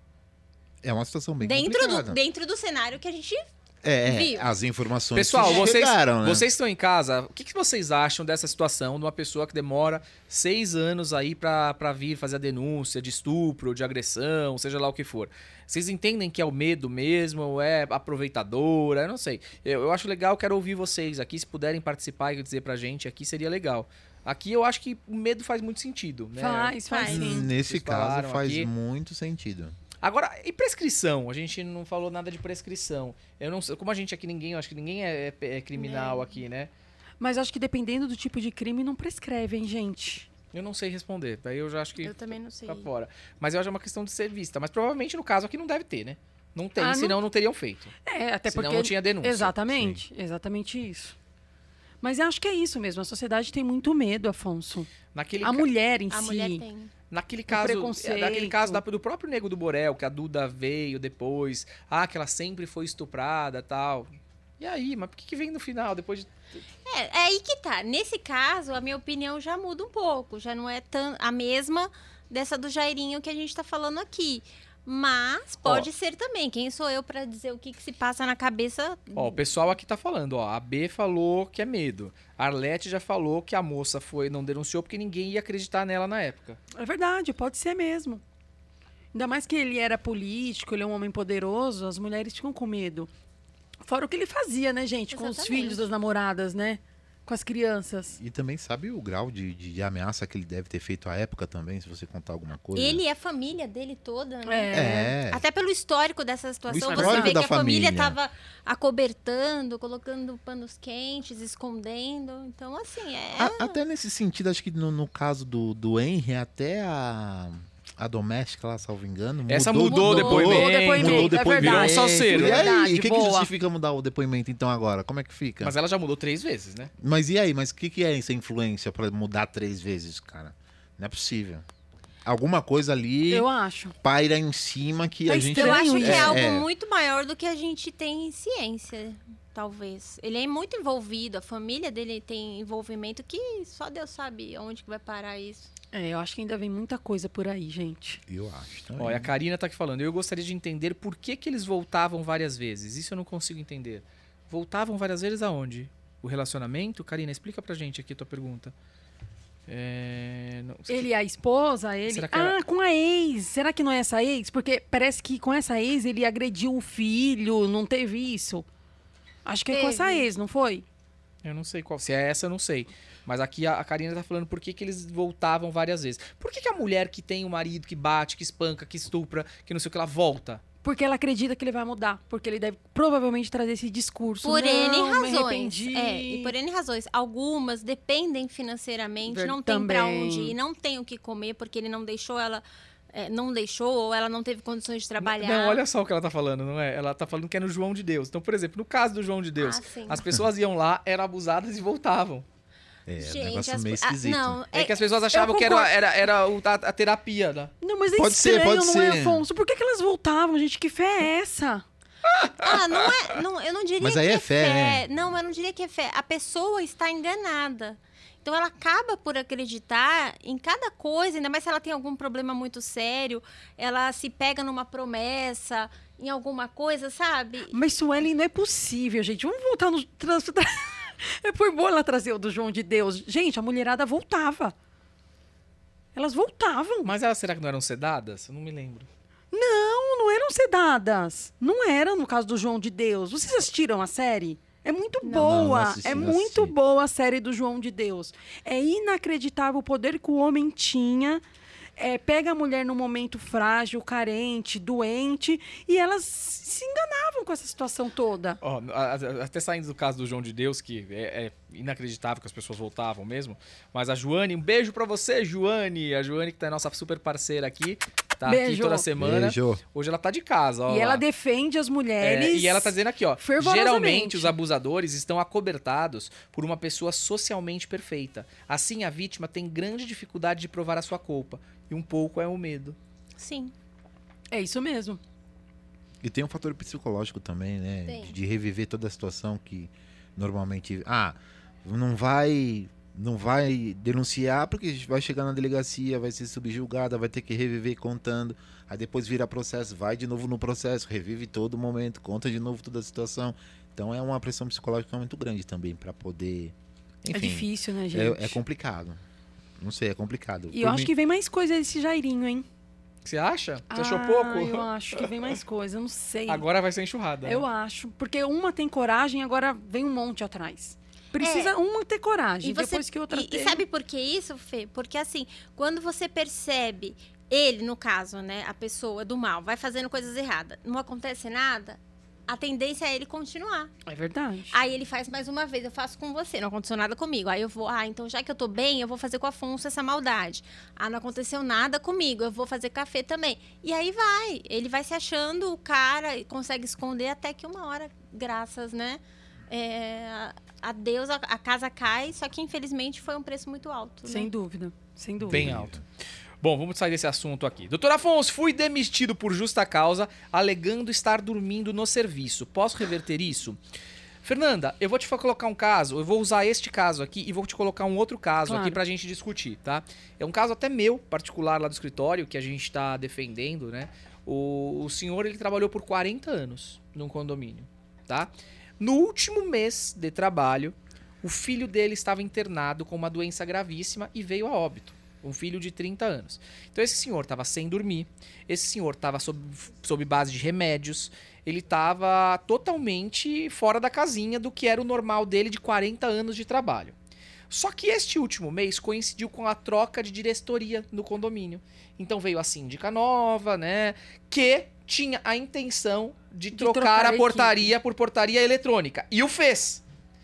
É uma situação bem Dentro complicada. do, dentro do cenário que a gente... É, é, viu? as informações Pessoal, que vocês, chegaram, né? vocês estão em casa, o que, que vocês acham dessa situação de uma pessoa que demora seis anos aí pra, pra vir fazer a denúncia de estupro, de agressão, seja lá o que for? Vocês entendem que é o medo mesmo, ou é aproveitadora? Eu não sei. Eu, eu acho legal, quero ouvir vocês aqui, se puderem participar e dizer pra gente aqui, seria legal. Aqui eu acho que o medo faz muito sentido, né? Faz, faz Faz. sim. Nesse Vocês caso falaram faz aqui. muito sentido. Agora, e prescrição? A gente não falou nada de prescrição. Eu não sei, como a gente aqui ninguém, eu acho que ninguém é, é criminal É. aqui, né? Mas acho que dependendo do tipo de crime, não prescreve, hein, gente? Eu não sei responder. Daí eu já acho que Eu também não sei. tá fora. Mas eu acho que é uma questão de ser vista. Mas provavelmente no caso aqui não deve ter, né? Não tem, Ah, não- senão não teriam feito. É, até Senão porque... não tinha denúncia. Exatamente, exatamente isso. Mas eu acho que é isso mesmo. A sociedade tem muito medo, Afonso. Naquele, A ca- mulher em A si. mulher tem. naquele caso, preconceito. é, naquele caso da- do próprio Nego do Borel, que a Duda veio depois, ah, que ela sempre foi estuprada, tal. E aí, mas por que, que vem no final, depois de... É, é aí que tá. Nesse caso, a minha opinião já muda um pouco. Já não é tão a mesma dessa do Jairinho que a gente tá falando aqui. Mas pode Ó. ser também. Quem sou eu pra dizer o que, que se passa na cabeça? Ó, o pessoal aqui tá falando, ó, a B falou que é medo. A Arlete já falou que a moça foi, não denunciou porque ninguém ia acreditar nela na época. É verdade, pode ser mesmo. Ainda mais que ele era político, ele é um homem poderoso, as mulheres ficam com medo. Fora o que ele fazia, né, gente? Com os Exatamente. filhos das namoradas, né? Com as crianças. E também sabe o grau de, de, de ameaça que ele deve ter feito à época também, se você contar alguma coisa. Ele e a família dele toda, né? É. Até pelo histórico dessa situação, O você histórico vê que da a família família. estava acobertando, colocando panos quentes, escondendo. Então, assim, é... A- até nesse sentido, acho que no, no caso do, do Henry, até a, a doméstica lá, salvo engano, Essa mudou, mudou o mudou. depoimento. Mudou o depoimento, Mudou o é depoimento. Virou um verdade. salseiro. E aí, Verdade, o que, que boa. justifica mudar o depoimento então agora? Como é que fica? Mas Mas, ela já mudou três vezes, né? e aí, mas o que, que é essa influência pra mudar três vezes, cara? Não é possível. Alguma coisa ali Eu acho. paira em cima que Tá a gente... Eu estranho acho que é, isso. algo muito maior do que a gente tem em ciência, talvez. Ele é muito envolvido, a família dele tem envolvimento que só Deus sabe onde que vai parar isso. É, eu acho que ainda vem muita coisa por aí, gente. Eu acho também. Ó, e a Karina tá aqui falando, eu gostaria de entender por que, que eles voltavam várias vezes. Isso eu não consigo entender. Voltavam várias vezes aonde? O relacionamento? Karina, explica pra gente aqui a tua pergunta. É... não- Ele e a esposa, ele. Será que era- Ah, com a ex. Será que não é essa ex? Porque parece que com essa ex ele agrediu o filho, não teve isso. Acho que é com Teve. essa ex, não foi? Eu não sei qual. Se é essa, eu não sei. Mas aqui a, a Karina tá falando por que, que eles voltavam várias vezes. Por que, que a mulher que tem um marido que bate, que espanca, que estupra, que não sei o que, ela volta? Porque ela acredita que ele vai mudar. Porque ele deve provavelmente trazer esse discurso. Por não, N me razões. arrependi. É, e por N razões. Algumas dependem financeiramente, Ver- não tem pra também. onde ir, não tem o que comer, porque ele não deixou ela. é, não deixou, ou ela não teve condições de trabalhar. Não, olha só o que ela tá falando, não é? Ela tá falando que é no João de Deus. Então, por exemplo, no caso do João de Deus, Ah, sim. as pessoas iam lá, eram abusadas e voltavam. É, Gente, um negócio as- meio ah, esquisito. não, É, que as pessoas achavam que era, concordo. era, era o- a, a terapia, né? Não, mas é Pode ser, estranho, pode não é, ser. Afonso? Por que, que elas voltavam, gente? Que fé é essa? Ah, não é. Não, eu não diria Mas que aí é é fé, fé. Não, eu não diria que é fé. A pessoa está enganada. Então ela acaba por acreditar em cada coisa, ainda mais se ela tem algum problema muito sério, ela se pega numa promessa, em alguma coisa, sabe? Mas Suelen, não é possível, gente. Vamos voltar no... trans- É por bom ela trazer o do João de Deus. Gente, a mulherada voltava. Elas voltavam. Mas elas será que não eram sedadas? Eu não me lembro. Não, não eram sedadas. Não eram no caso do João de Deus. Vocês assistiram a série? É muito Não. boa, Não, não assisti, é não muito assisti. boa a série do João de Deus. É inacreditável o poder que o homem tinha. É, pega a mulher num momento frágil, carente, doente, e elas se enganavam com essa situação toda. Ó, a- a- até saindo do caso do João de Deus, que é, é inacreditável que as pessoas voltavam mesmo, mas a Joane, um beijo pra você, Joane. A Joane que tá nossa super parceira aqui, tá aqui Beijo. toda semana. Beijo. Hoje ela tá de casa, ó E ela lá. defende as É, mulheres. e ela tá dizendo aqui, ó, fervorosamente. geralmente os abusadores estão acobertados por uma pessoa socialmente perfeita. Assim, a vítima tem grande dificuldade de provar a sua culpa. E um pouco é o medo. Sim. É isso mesmo. E tem um fator psicológico também, né? Tem. De, de reviver toda a situação que normalmente... Ah, não vai, não vai denunciar porque vai chegar na delegacia, vai ser subjulgada, vai ter que reviver contando. Aí depois vira processo, vai de novo no processo, revive todo momento, conta de novo toda a situação. Então é uma pressão psicológica muito grande também para poder... É Enfim, difícil, né, gente? é, é complicado. Não sei, é complicado. E eu acho que vem mais coisa desse Jairinho, hein? Você acha? Você achou Ah, pouco? Eu acho que vem mais coisa, eu não sei. Agora vai ser enxurrada. Eu né? acho. Porque uma tem coragem, agora vem um monte atrás. Precisa É. uma ter coragem, E, você, depois que outra e, tem. e sabe por que isso, Fê? Porque assim, quando você percebe, ele, no caso, né, a pessoa do mal, vai fazendo coisas erradas, não acontece nada, a tendência é ele continuar. É verdade. Aí ele faz mais uma vez, eu faço com você, não aconteceu nada comigo. Aí eu vou, ah, então já que eu tô bem, eu vou fazer com o Afonso essa maldade. Ah, não aconteceu nada comigo, eu vou fazer café também. E aí vai, ele vai se achando o cara e consegue esconder até que uma hora, graças, né, é, a Deus, a, a casa cai, só que infelizmente foi um preço muito alto. Sem né? dúvida. Sem dúvida. Bem alto. Bom, vamos sair desse assunto aqui. Doutor Afonso, fui demitido por justa causa, alegando estar dormindo no serviço. Posso reverter isso? Fernanda, eu vou te colocar um caso, eu vou usar este caso aqui e vou te colocar um outro caso Claro. aqui pra gente discutir, tá? É um caso até meu, particular lá do escritório, que a gente tá defendendo, né? O, o senhor, ele trabalhou por quarenta anos num condomínio, tá? No último mês de trabalho, o filho dele estava internado com uma doença gravíssima e veio a óbito. Um filho de trinta anos. Então esse senhor estava sem dormir, esse senhor estava sob, sob base de remédios, ele estava totalmente fora da casinha do que era o normal dele de quarenta anos de trabalho. Só que este último mês coincidiu com a troca de diretoria no condomínio. Então veio a síndica nova, né, que tinha a intenção de, De trocar, trocar a a portaria por portaria eletrônica. E o fez.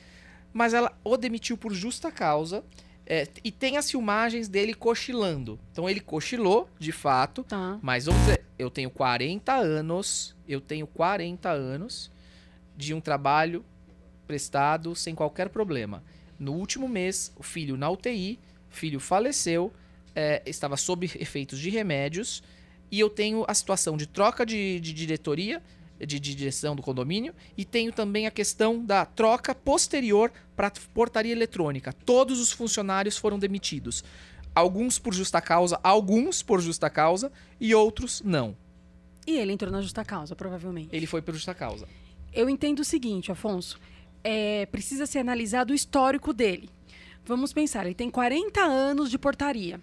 Mas ela o demitiu por justa causa. É, e tem as filmagens dele cochilando. Então ele cochilou, de fato. Tá. Mas vamos dizer, eu tenho quarenta anos. Eu tenho quarenta anos de um trabalho prestado sem qualquer problema. No último mês, o filho na U T I, o filho faleceu, é, estava sob efeitos de remédios. E eu tenho a situação de troca de, de diretoria, de, de direção do condomínio, e tenho também a questão da troca posterior para portaria eletrônica. Todos os funcionários foram demitidos. Alguns por justa causa, alguns por justa causa e outros não. E ele entrou na justa causa, provavelmente. Ele foi por justa causa. Eu entendo o seguinte, Afonso. É, precisa ser analisado o histórico dele. Vamos pensar, ele tem quarenta anos de portaria.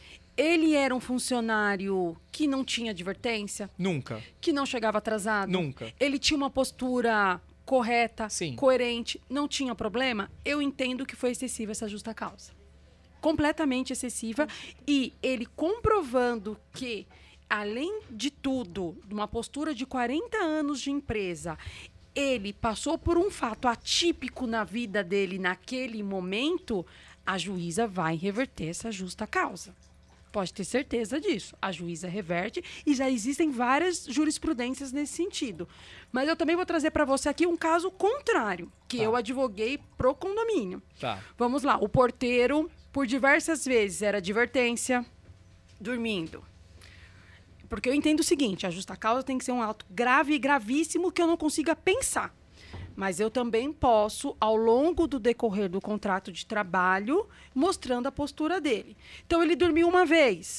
Ele era um funcionário que não tinha advertência, Nunca. que não chegava atrasado. Nunca. Ele tinha uma postura correta, Sim. coerente, não tinha problema. Eu entendo que foi excessiva essa justa causa. Completamente excessiva. E ele comprovando que, além de tudo, de uma postura de quarenta anos de empresa, ele passou por um fato atípico na vida dele naquele momento, a juíza vai reverter essa justa causa. Pode ter certeza disso. A juíza reverte e já existem várias jurisprudências nesse sentido. Mas eu também vou trazer para você aqui um caso contrário, que Tá. eu advoguei pro condomínio. Tá. Vamos lá. O porteiro, por diversas vezes, era advertência, dormindo. Porque eu entendo o seguinte, a justa causa tem que ser um ato grave e gravíssimo que eu não consiga pensar. Mas eu também posso, ao longo do decorrer do contrato de trabalho, mostrando a postura dele. Então, ele dormiu uma vez.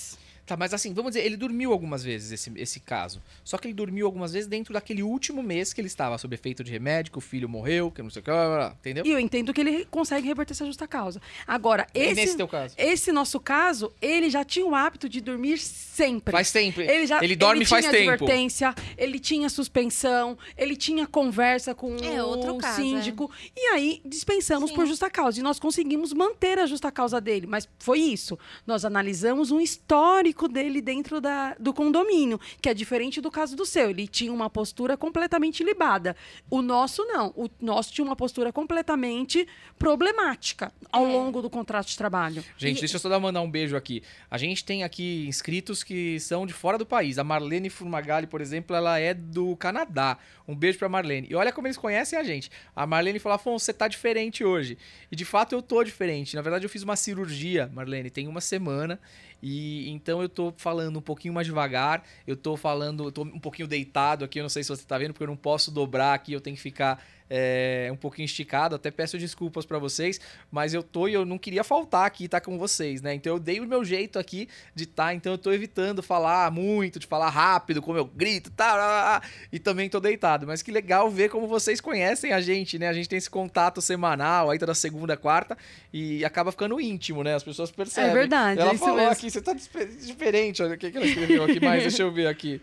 Tá, mas assim, vamos dizer, ele dormiu algumas vezes, esse, esse caso. Só que ele dormiu algumas vezes dentro daquele último mês que ele estava sob efeito de remédio, que o filho morreu, que não sei o que, entendeu? E eu entendo que ele consegue reverter essa justa causa. Agora, E esse, nesse teu caso? esse nosso caso, ele já tinha o hábito de dormir sempre. Faz tempo. Ele, já, ele dorme ele faz tinha tempo. advertência, ele tinha suspensão, ele tinha conversa com É, outro o caso, síndico. E aí, dispensamos Sim. por justa causa. E nós conseguimos manter a justa causa dele. Mas foi isso. Nós analisamos um histórico dele dentro da, do condomínio, que é diferente do caso do seu. Ele tinha uma postura completamente libada. O nosso, não. O nosso tinha uma postura completamente problemática ao É. longo do contrato de trabalho. Gente, E- deixa eu só dar mandar um beijo aqui. A gente tem aqui inscritos que são de fora do país. A Marlene Furmagalli, por exemplo, ela é do Canadá. Um beijo pra Marlene. E olha como eles conhecem a gente. A Marlene falou, Afonso, você tá diferente hoje. E de fato eu tô diferente. Na verdade eu fiz uma cirurgia, Marlene, tem uma semana. E então eu tô falando um pouquinho mais devagar. Eu tô falando, eu tô um pouquinho deitado aqui. Eu não sei se você tá vendo, porque eu não posso dobrar aqui. Eu tenho que ficar é, um pouquinho esticado. Até peço desculpas pra vocês. Mas eu tô e eu não queria faltar aqui e estar com vocês, né? Então eu dei o meu jeito aqui de estar. Então eu tô evitando falar muito, de falar rápido, como eu grito, tá, e também tô deitado. Mas que legal ver como vocês conhecem a gente, né? A gente tem esse contato semanal, aí toda segunda, quarta, e acaba ficando íntimo, né? As pessoas percebem. É verdade, Ela é isso falou mesmo. aqui, você tá dispe- diferente, olha o que, que ela escreveu aqui mais, deixa eu ver aqui.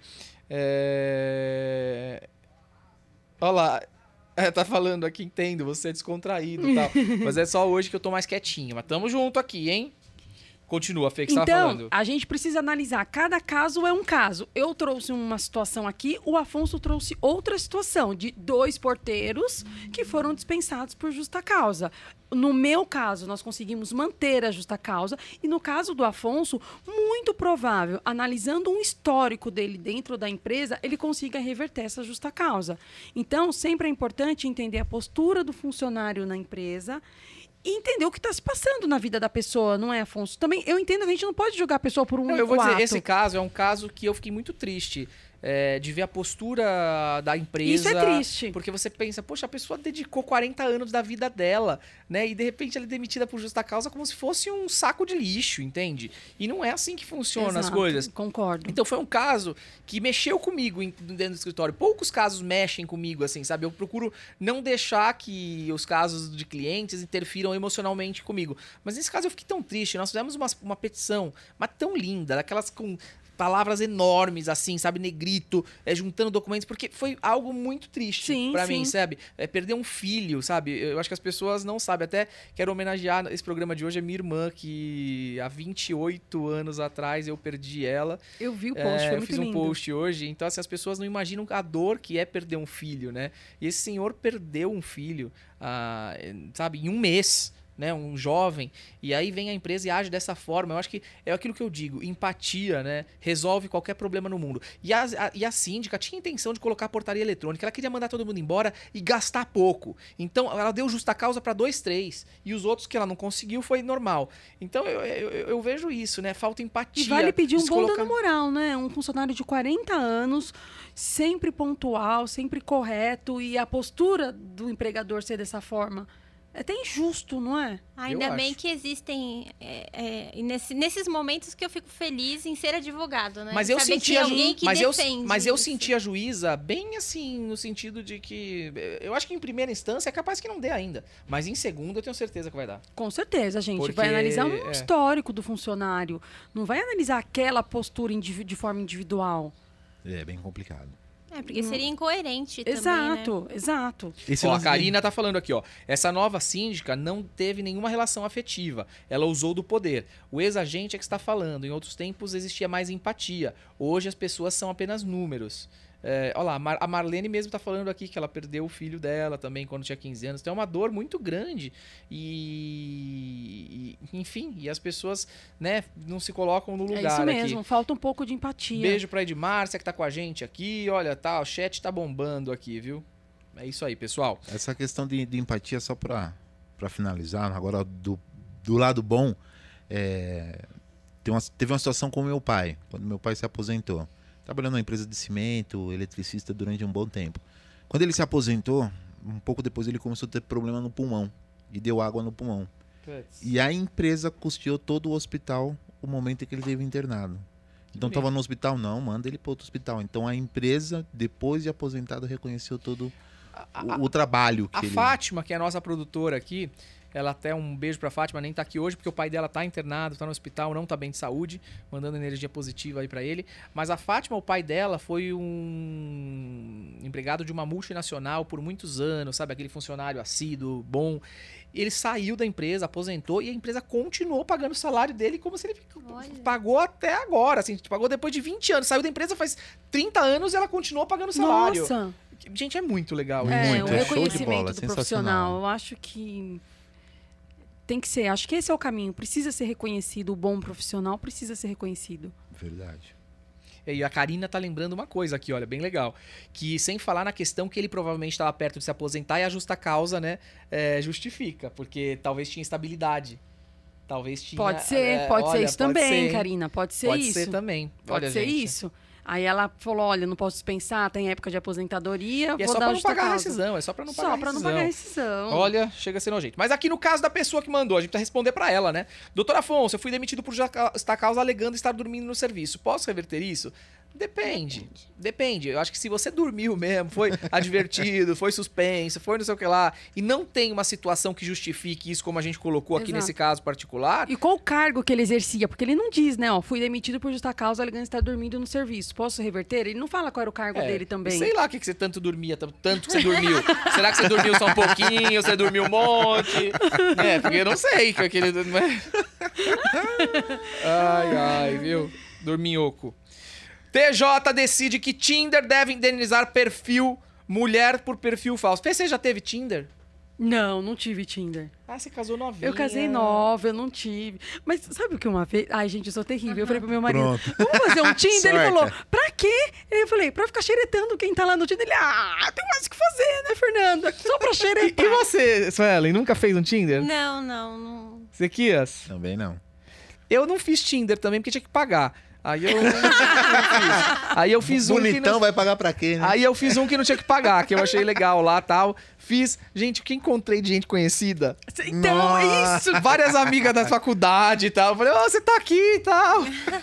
É... Olha lá. É, tá falando aqui, entendo, você é descontraído e tal. Mas é só hoje que eu tô mais quietinho. Mas tamo junto aqui, hein? Continua, Fê, que você tava Então, falando. a gente precisa analisar. Cada caso é um caso. Eu trouxe uma situação aqui, o Afonso trouxe outra situação de dois porteiros que foram dispensados por justa causa. No meu caso, nós conseguimos manter a justa causa. E no caso do Afonso, muito provável, analisando um histórico dele dentro da empresa, ele consiga reverter essa justa causa. Então, sempre é importante entender a postura do funcionário na empresa e entender o que está se passando na vida da pessoa, não é, Afonso? Também eu entendo que a gente não pode julgar a pessoa por um Não, eu vou ato. dizer, esse caso é um caso que eu fiquei muito triste. É, de ver a postura da empresa. Isso é triste. Porque você pensa, poxa, a pessoa dedicou quarenta anos da vida dela, né? E de repente ela é demitida por justa causa como se fosse um saco de lixo, entende? E não é assim que funcionam as Exato, coisas. Concordo. Então foi um caso que mexeu comigo em- dentro do escritório. Poucos casos mexem comigo, assim, sabe? Eu procuro não deixar que os casos de clientes interfiram emocionalmente comigo. Mas nesse caso eu fiquei tão triste. Nós fizemos uma, uma petição, mas tão linda, daquelas com palavras enormes, assim, sabe? Negrito, é, juntando documentos, porque foi algo muito triste Sim, pra sim. mim, sabe? É, perder um filho, sabe? Eu acho que as pessoas não sabem. Até quero homenagear esse programa de hoje, a minha irmã, que há vinte e oito anos atrás eu perdi ela. Eu vi o post, É, foi eu muito fiz um lindo. post hoje, então assim, as pessoas não imaginam a dor que é perder um filho, né? E esse senhor perdeu um filho, ah, sabe, em um mês, né? Um jovem, e aí vem a empresa e age dessa forma. Eu acho que é aquilo que eu digo, empatia, né? Resolve qualquer problema no mundo. E a, a- e a síndica tinha intenção de colocar a portaria eletrônica, ela queria mandar todo mundo embora e gastar pouco. Então ela deu justa causa para dois, três, e os outros que ela não conseguiu foi normal. Então eu, eu, eu- eu vejo isso, né? Falta empatia. E vale pedir um de bom colocar- dano moral, né? Um funcionário de quarenta anos, sempre pontual, sempre correto, e a postura do empregador ser dessa forma. É até injusto, não é? Ainda Eu bem acho. que existem é, é, e nesse- nesses momentos que eu fico feliz em ser advogado, né? Mas eu Saber que senti tem a ju- alguém que mas eu, defende mas eu isso. senti a juíza bem assim, no sentido de que eu acho que em primeira instância é capaz que não dê ainda, mas em segunda eu tenho certeza que vai dar. Com certeza, a gente Porque, vai analisar um é. histórico do funcionário. Não vai analisar aquela postura indivi- de forma individual. É bem complicado. É, porque seria incoerente também, né? Exato, exato. Esse Ó, a lance de- Karina tá falando aqui, ó. Essa nova síndica não teve nenhuma relação afetiva. Ela usou do poder. O ex-agente é que está falando. Em outros tempos existia mais empatia. Hoje as pessoas são apenas números. É, olha lá, a Mar- a Marlene mesmo tá falando aqui que ela perdeu o filho dela também quando tinha quinze anos. Então é uma dor muito grande. E, e- enfim, e as pessoas, né, não se colocam no É lugar isso mesmo, aqui. falta um pouco de empatia. Beijo pra Edmárcia que tá com a gente aqui. Olha, tá, o chat tá bombando aqui, viu? É isso aí, pessoal. Essa questão de, de empatia, só para finalizar, agora do, do lado bom, é, tem uma- teve uma situação com meu pai, quando meu pai se aposentou. Trabalhando numa empresa de cimento, eletricista durante um bom tempo. Quando ele se aposentou, um pouco depois ele começou a ter problema no pulmão e deu água no pulmão. E a empresa custeou todo o hospital o momento em que ele esteve internado. Então estava no hospital, não, manda ele para outro hospital. Então a empresa, depois de aposentado, reconheceu todo A, o, o trabalho que a ele... Fátima, que é a nossa produtora aqui, ela até um beijo pra Fátima, nem tá aqui hoje porque o pai dela tá internado, tá no hospital, não tá bem de saúde, mandando energia positiva aí pra ele. Mas a Fátima, o pai dela, foi um empregado de uma multinacional por muitos anos, sabe? Aquele funcionário assíduo, bom. Ele saiu da empresa, aposentou e a empresa continuou pagando o salário dele como se ele Olha. pagou até agora, assim, pagou depois de vinte anos. Saiu da empresa faz trinta anos e ela continuou pagando o salário. Nossa! Gente, é muito legal. É, Muito, o é show de reconhecimento bola, do sensacional. profissional. Eu acho que tem que ser. Acho que esse é o caminho. Precisa ser reconhecido. O bom profissional precisa ser reconhecido. Verdade. E a Karina tá lembrando uma coisa aqui, olha, bem legal. Que sem falar na questão que ele provavelmente estava perto de se aposentar e a justa causa, né, é, justifica. Porque talvez tinha estabilidade. Talvez tinha... Pode ser, é, pode ser olha, isso pode também, ser, Karina. Pode ser Pode isso. ser também. Pode olha, ser gente. isso. Aí ela falou, olha, não posso dispensar, tem época de aposentadoria, E é vou só dar pra não justa pagar a causa. rescisão, é só pra não pagar Só a pra não rescisão. pagar a rescisão. Olha, chega a ser nojento. Mas aqui no caso da pessoa que mandou, a gente precisa responder pra ela, né? Doutor Afonso, eu fui demitido por justa causa alegando estar dormindo no serviço. Posso reverter isso? Depende. Depende. Eu acho que se você dormiu mesmo, foi advertido, foi suspenso, foi não sei o que lá, e não tem uma situação que justifique isso, como a gente colocou aqui Exato. nesse caso particular, E qual o cargo que ele exercia? Porque ele não diz, né? Ó, fui demitido por justa causa alegando estar dormindo no serviço. Posso reverter? Ele não fala qual era o cargo é, dele também. sei lá o que, que você tanto dormia, tanto que você dormiu. Será que você dormiu só um pouquinho, você dormiu um monte? É, porque eu não sei que aquele... Ai, ai, viu? Dorminhoco. T J decide que Tinder deve indenizar perfil mulher por perfil falso. Fê, você já teve Tinder? Não, não tive Tinder. Ah, você casou novinha. Eu casei nova, eu não tive. Mas sabe o que uma vez... Ai, gente, eu sou terrível. Eu falei pro meu marido, Pronto. vamos fazer um Tinder? Ele Sorte. falou, pra quê? Eu falei, pra ficar xeretando quem tá lá no Tinder. Ele, ah, tem mais o que fazer, né, Fernanda? Só pra xeretar. E você, Suelen, nunca fez um Tinder? Não, não, não. Zequias? Também não. Eu não fiz Tinder também, porque tinha que pagar. Aí eu, eu fiz. Aí eu fiz um que Bonitão não... vai pagar pra quê, né? Aí eu fiz um que não tinha que pagar, que eu achei legal lá e tal. Fiz. Gente, o que encontrei de gente conhecida? Então, é isso. Várias amigas da faculdade e tal. Eu falei, ó, você tá aqui e tal.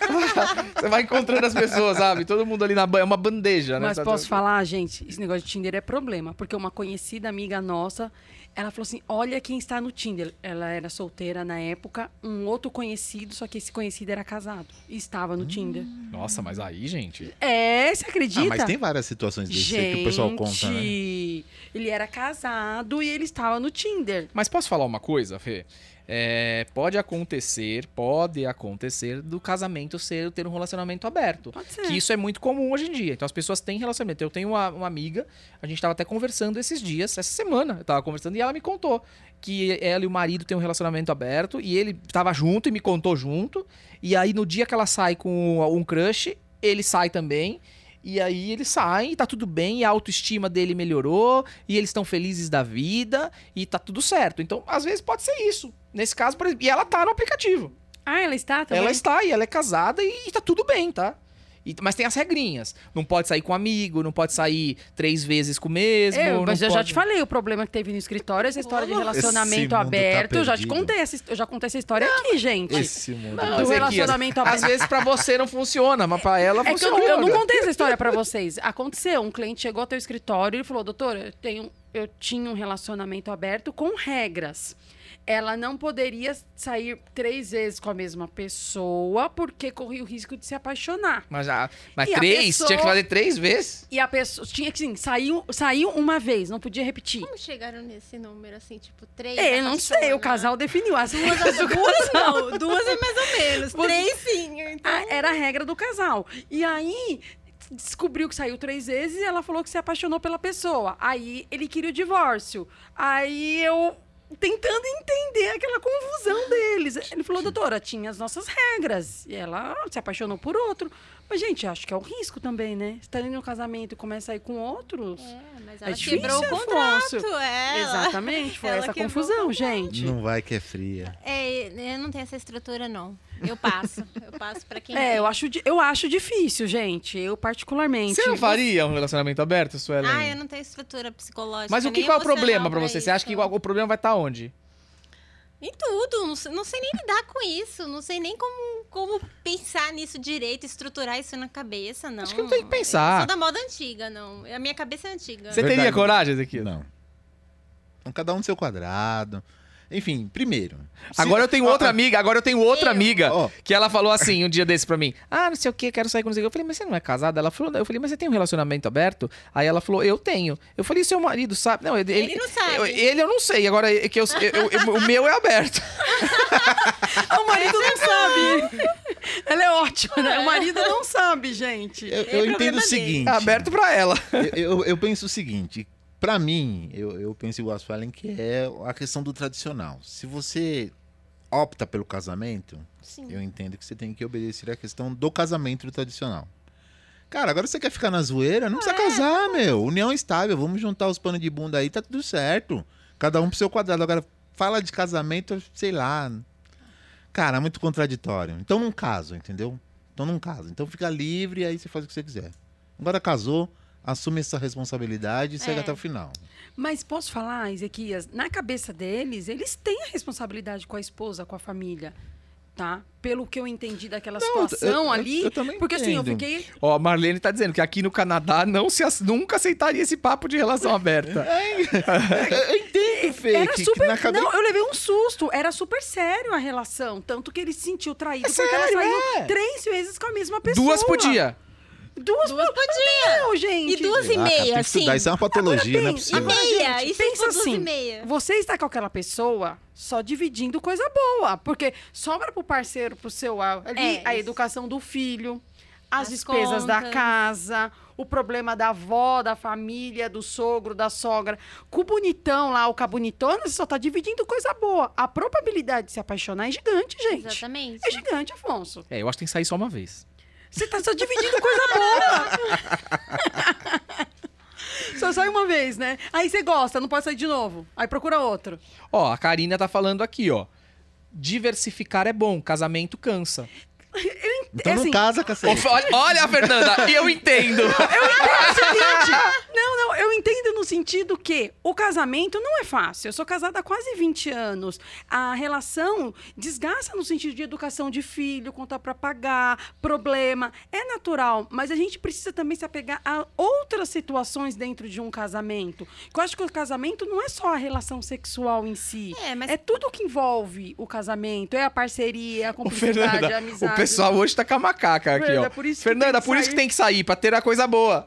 Você vai encontrando as pessoas, sabe? Todo mundo ali na banha, é uma bandeja, né? Mas Tá- posso falar, gente, esse negócio de Tinder é problema. Porque uma conhecida amiga nossa, ela falou assim, olha quem está no Tinder. Ela era solteira na época, um outro conhecido, só que esse conhecido era casado. E estava no Tinder. Nossa, mas aí, gente... É, você acredita? Ah, mas tem várias situações desse Gente, que o pessoal conta, né? ele era casado e ele estava no Tinder. Mas posso falar uma coisa, Fê? É, pode acontecer, pode acontecer do casamento ser ter um relacionamento aberto. Pode ser. Que isso é muito comum hoje em dia. Então as pessoas têm relacionamento. Eu tenho uma, uma amiga, a gente estava até conversando esses dias, essa semana, eu tava conversando e ela me contou que ela e o marido têm um relacionamento aberto e ele estava junto e me contou junto. E aí no dia que ela sai com um crush, ele sai também. E aí eles saem, e tá tudo bem, e a autoestima dele melhorou, e eles estão felizes da vida, e tá tudo certo. Então, às vezes pode ser isso. Nesse caso, por exemplo, e ela tá no aplicativo. Ah, ela está também? Ela está, e ela é casada, e, e tá tudo bem, tá? E- mas tem as regrinhas. Não pode sair com amigo, não pode sair três vezes com o mesmo. É, não mas eu já pode- te falei o problema que teve no escritório, essa história de Esse relacionamento mundo tá aberto. Eu já te perdido. contei essa, his- eu já contei essa história aqui, gente. Esse mundo. Não, do Zequias, relacionamento às aberto. vezes pra você não funciona, mas pra ela É que eu, funciona. não- eu não contei essa história pra vocês. Aconteceu, um cliente chegou até o escritório e falou, doutora, eu, tenho, eu tinha um relacionamento aberto com regras. Ela não poderia sair três vezes com a mesma pessoa porque corria o risco de se apaixonar. Mas, já, mas E a três? pessoa- Tinha que fazer três vezes? E a pessoa tinha que, sim, saiu, saiu uma vez, não podia repetir. Como chegaram nesse número, assim, tipo, três? É, não sei, o apaixona? casal definiu. As duas, Duas não, duas é mais ou menos. Você- Três sim, então. Ah, era a regra do casal. E aí descobriu que saiu três vezes e ela falou que se apaixonou pela pessoa. Aí ele queria o divórcio. Aí eu tentando entender aquela confusão deles. Ele falou, doutora, tinha as nossas regras. E ela se apaixonou por outro. Mas, gente, acho que é um risco também, né? Você tá ali no casamento e começa a ir com outros. É, mas É ela difícil, quebrou o contrato, Afonso. é. ela- Exatamente, foi ela essa quebrou o confusão, contrato. gente. Não vai que é fria. É, eu não tenho essa estrutura, não. Eu passo. Eu passo pra quem É, tem. eu acho, di- eu acho difícil, gente. Eu, particularmente. Você não faria um relacionamento aberto, Suelen? Ah, eu não tenho estrutura psicológica. Mas o que nem qual é o emocional problema pra você? isso. Você acha que o problema vai estar onde? Em tudo, não sei, não sei nem lidar com isso, não sei nem como, como pensar nisso direito, estruturar isso na cabeça, não. Acho que não tem que pensar. Eu sou da moda antiga, não. A minha cabeça é antiga. Você Verdade. teria coragem, Ezequiel? Não. Então, cada um no seu quadrado. Enfim, primeiro. se- Agora eu tenho ó, outra ó, amiga, agora eu tenho outra Eu. amiga, Ó. que ela falou assim, um dia desse pra mim, ah, não sei o que, quero sair com não sei o que. Eu falei, mas você não é casada? Ela falou, eu falei, mas você tem um relacionamento aberto? Aí ela falou, eu tenho. Eu falei, seu marido sabe? Não, ele, Ele não sabe. Eu, ele eu não sei, agora é que eu, eu- eu- o meu é aberto. O marido não sabe. Ela é ótima, né? O marido não sabe, gente. Eu, É eu entendo problema o dele. seguinte. É aberto pra ela. Eu, eu, eu penso o seguinte. Pra mim, eu, eu penso igual a Suelen, que é a questão do tradicional. Se você opta pelo casamento, Sim. eu entendo que você tem que obedecer à questão do casamento tradicional. Cara, agora você quer ficar na zoeira? Não precisa casar, meu. União estável, vamos juntar os panos de bunda aí, tá tudo certo. Cada um pro seu quadrado. Agora, fala de casamento, sei lá. Cara, é muito contraditório. Então não caso, entendeu? Então não caso. Então fica livre e aí você faz o que você quiser. Agora casou, assume essa responsabilidade e segue É. até o final. Mas posso falar, Ezequias, na cabeça deles, eles têm a responsabilidade com a esposa, com a família, tá? Pelo que eu entendi daquela Não, situação eu- eu- ali. eu também porque assim, eu entendo. fiquei. Ó, a Marlene tá dizendo que aqui no Canadá não se, ace- nunca aceitaria esse papo de relação aberta. Eu entendo, Fê, Era que- que super. na cabeça... Não, eu levei um susto. Era super sério a relação. Tanto que ele se sentiu traído É porque sério, ela saiu é. três vezes com a mesma pessoa. Duas por dia. Duas, Duas por por dia. Não, gente. E duas e Ah, cara, meia, tem que assim. estudar, isso é uma patologia, não é Agora tem- possível. E meia, gente, isso pensa for duas assim, e meia. você está com aquela pessoa só dividindo coisa boa, porque sobra pro parceiro, pro seu ali, É, a isso. educação do filho, as, As despesas da contas. casa, o problema da avó, da família, do sogro, da sogra. Com o bonitão lá, o cabonitona, você só tá dividindo coisa boa. A probabilidade de se apaixonar é gigante, gente. Exatamente. É gigante, Afonso. É, eu acho que tem que sair só uma vez. Você tá só dividindo coisa boa. Só sai uma vez, né? Aí você gosta, não pode sair de novo. Aí procura outro. Ó, a Karina tá falando aqui, ó. Diversificar é bom, casamento cansa. Então É não assim, casa, cacete. Olha, olha, Fernanda, eu entendo. Não, não, eu entendo no sentido que o casamento não é fácil. Eu sou casada há quase vinte anos. A relação desgasta no sentido de educação de filho, conta pra pagar, problema. É natural, mas a gente precisa também se apegar a outras situações dentro de um casamento. Eu acho que o casamento não é só a relação sexual em si. É, mas É tudo que envolve o casamento. É a parceria, a Ô, cumplicidade, a Fernanda, amizade. o pessoal hoje tá com a macaca aqui, Fernanda, ó. por isso que Fernanda, tem que por isso sair. que tem que sair, pra ter a coisa boa.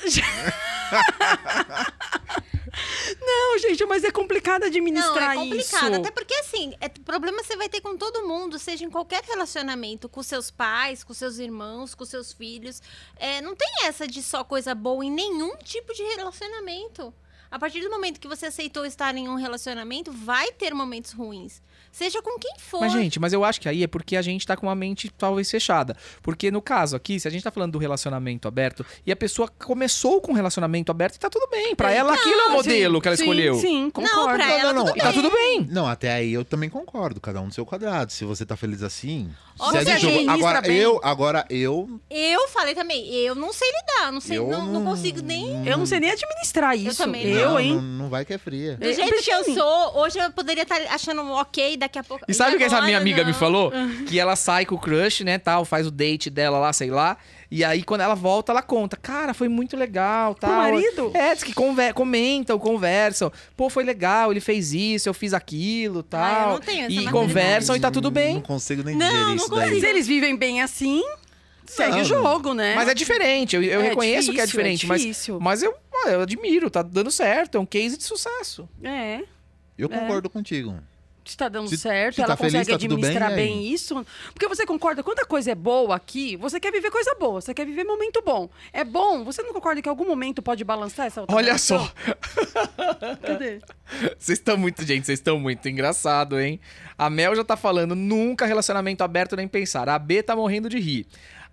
Não, gente, mas é complicado Não, administrar é complicado. isso. Até porque, assim, é, problema você vai ter com todo mundo, seja em qualquer relacionamento, com seus pais, com seus irmãos, com seus filhos. É, não tem essa de só coisa boa em nenhum tipo de relacionamento. A partir do momento que você aceitou estar em um relacionamento, vai ter momentos ruins. Seja com quem for. Mas, gente, mas eu acho que aí é porque a gente tá com a mente talvez fechada. Porque no caso aqui, se a gente tá falando do relacionamento aberto e a pessoa começou com um relacionamento aberto, tá tudo bem. Pra ela, aquilo é o modelo que ela sim, escolheu. Sim, concordo. Não, pra Não, ela não, não. tudo E tá bem. tudo bem. Não, até aí eu também concordo, cada um no seu quadrado. Se você tá feliz assim, Ó, segue você o jogo. administra Agora bem. eu, agora eu, Eu falei também, eu não sei lidar, não sei, Eu não, não não- consigo nem. Eu não sei nem administrar isso. também Eu, não. hein? não, não vai que é fria. Do É, jeito que eu Virginia. sou, hoje eu poderia estar achando ok, daqui a pouco. E sabe o que essa agora, minha amiga me não. falou? Que ela sai com o crush, né, tal, faz o date dela lá, sei lá. E aí, quando ela volta, ela conta. Cara, foi muito legal, tal. marido? É, diz que conver comentam, conversam. Pô, foi legal, ele fez isso, eu fiz aquilo, tal. Ah, eu não tenho essa E maturidade. conversam e tá tudo bem. Não consigo nem Não, digerir não isso consigo. Se daí. eles vivem bem assim, segue Não, o jogo, né? Mas é diferente, eu, eu É reconheço que é difícil, é diferente, mas, difícil. mas eu, ah, eu admiro, tá dando certo, é um case de sucesso. É. Eu concordo contigo. Se tá dando Se- certo, se ela tá feliz, consegue tá tudo bem, administrar e bem, aí? isso. Porque você concorda, quando a coisa é boa aqui, você quer viver coisa boa, você quer viver momento bom. É bom, você não concorda que em algum momento pode balançar essa outra Olha relação? só, Cadê? vocês estão muito, gente, vocês estão muito engraçado, hein? A Mel já tá falando, nunca relacionamento aberto nem pensar. A B tá morrendo de rir.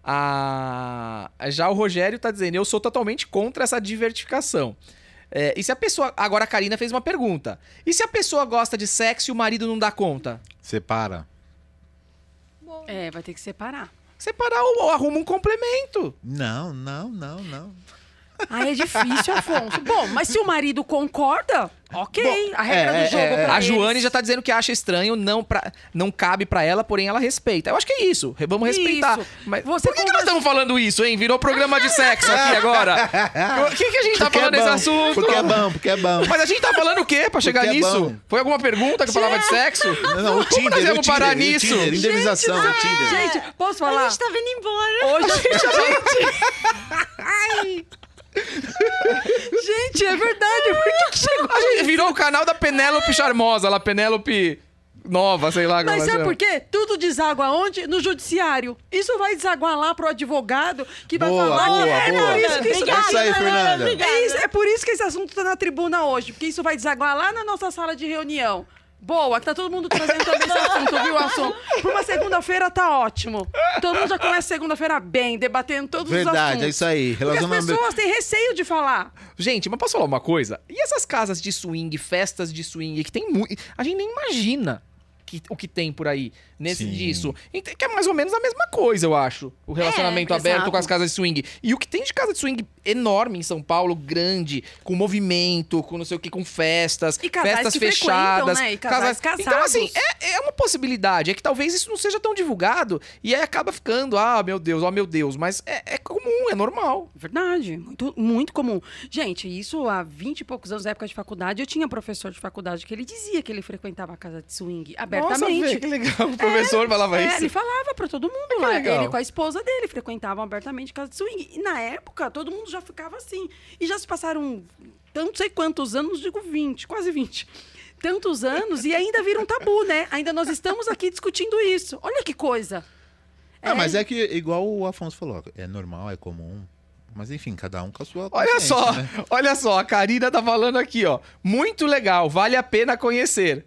A... Já o Rogério tá dizendo, eu sou totalmente contra essa diversificação. É, e se a pessoa... Agora a Karina fez uma pergunta. E se a pessoa gosta de sexo e o marido não dá conta? Separa. É, vai ter que separar. Separar ou, ou arruma um complemento. Não, não, não, não. Ah, é difícil, Afonso. Bom, mas se o marido concorda, ok. Bom, a regra é, do jogo é, é. pra A Joane eles. já tá dizendo que acha estranho, não, pra, não cabe pra ela, porém ela respeita. Eu acho que é isso. Vamos respeitar. Isso. Mas Você por que, que nós conversa- estamos falando isso, hein? Virou programa de sexo aqui agora. O que, que a gente tá Porque falando é nesse bom, assunto? Porque é bom, porque é bom. Mas a gente tá falando o quê pra chegar Porque é nisso? bom. Foi alguma pergunta que falava de sexo? Não, não, o Como Tinder, nós o íamos Tinder, parar o nisso? Tinder, indenização, o Tinder. Gente, posso A falar? gente tá vindo embora. Hoje a gente... Gente, é verdade. Por que, que chegou? A gente virou o canal da Penélope Charmosa, lá, Penélope Nova, sei lá como Mas ela sabe chama. por quê? Tudo deságua onde? No judiciário. Isso vai desaguar lá pro advogado que vai Boa, falar boa, que é boa. por isso que isso É isso aí, Fernanda. É, isso- é por isso que esse assunto tá na tribuna hoje, porque isso vai desaguar lá na nossa sala de reunião. Boa, que tá todo mundo trazendo também esse assunto, viu, assunto? Pra uma segunda-feira tá ótimo. Todo mundo já começa segunda-feira bem, debatendo todos os Verdade, assuntos. é isso aí. Porque as Relacionamento. pessoas têm receio de falar. Gente, mas posso falar uma coisa? E essas casas de swing, festas de swing, que tem muito... A gente nem imagina que- o que tem por aí nesse Sim. disso. Então, que é mais ou menos a mesma coisa, eu acho. O relacionamento É, aberto exato. com as casas de swing. E o que tem de casa de swing enorme em São Paulo, grande, com movimento, com não sei o que, com festas, E casais festas que fechadas. frequentam, né? E casais Então, casados. assim, é, é uma possibilidade. É que talvez isso não seja tão divulgado e aí acaba ficando, ah, meu Deus, ó, meu Deus. Mas é, é comum, é normal. Verdade, muito, muito comum. Gente, isso há vinte e poucos anos, na época de faculdade, eu tinha professor de faculdade que ele dizia que ele frequentava a casa de swing abertamente. Nossa, Fê, que legal. O professor falava É, isso. ele falava pra todo mundo que lá. legal. Ele com a esposa dele frequentavam abertamente casa de swing. E na época, todo mundo já ficava assim. E já se passaram, não sei quantos anos, digo vinte, quase vinte. Tantos anos e ainda vira um tabu, né? Ainda nós estamos aqui discutindo isso. Olha que coisa. Ah, mas é que, igual o Afonso falou, é normal, é comum. Mas enfim, cada um com a sua Olha consciência, só, né? olha só, a Karina tá falando aqui, ó. Muito legal, vale a pena conhecer.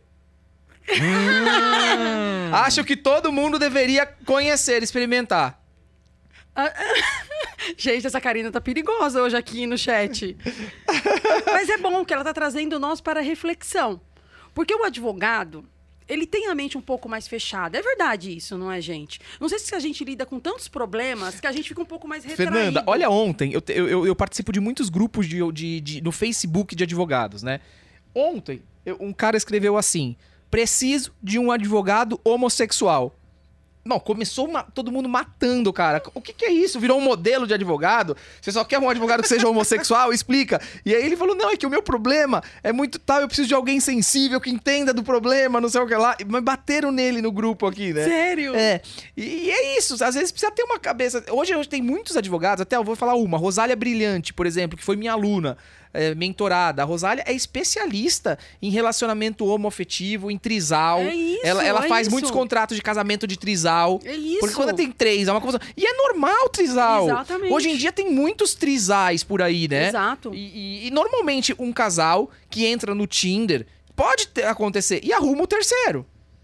Hum. Acho que todo mundo deveria conhecer, experimentar. Gente, essa Karina tá perigosa hoje aqui no chat. Mas é bom que ela tá trazendo nós para reflexão. Porque o advogado, ele tem a mente um pouco mais fechada. É verdade isso, não é, gente? Não sei se a gente lida com tantos problemas que a gente fica um pouco mais retraído. Fernanda, olha ontem, eu, te- eu, eu- eu participo de muitos grupos de, de- de- no Facebook de advogados, né? Ontem, eu- um cara escreveu assim, preciso de um advogado homossexual. Não, começou ma- todo mundo matando o cara. O que, que é isso? Virou um modelo de advogado? Você só quer um advogado que seja homossexual? Explica. E aí ele falou, não, é que o meu problema é muito tal, eu preciso de alguém sensível, que entenda do problema, não sei o que lá. Mas bateram nele no grupo aqui, né? Sério? É, e, e é isso, às vezes precisa ter uma cabeça. Hoje, hoje tem muitos advogados, até eu vou falar uma, Rosália Brilhante, por exemplo, que foi minha aluna, é, mentorada. A Rosália é especialista em relacionamento homoafetivo, em trisal. É isso, ela ela é faz isso. muitos contratos de casamento de trisal. É isso. Porque quando tem três, é uma confusão. E é normal trisal. Exatamente. Hoje em dia tem muitos trisais por aí, né? Exato. E, e- e normalmente um casal que entra no Tinder pode ter- acontecer e arruma o terceiro.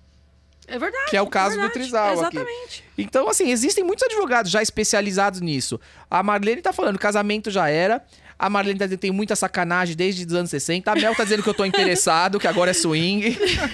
É verdade. Que é o caso do verdade. trisal aqui. Exatamente. Então, assim, existem muitos advogados já especializados nisso. A Marlene tá falando, casamento já era. A Marlene tá dizendo que tem muita sacanagem desde os anos sessenta. A Mel tá dizendo que eu tô interessado, que agora é swing.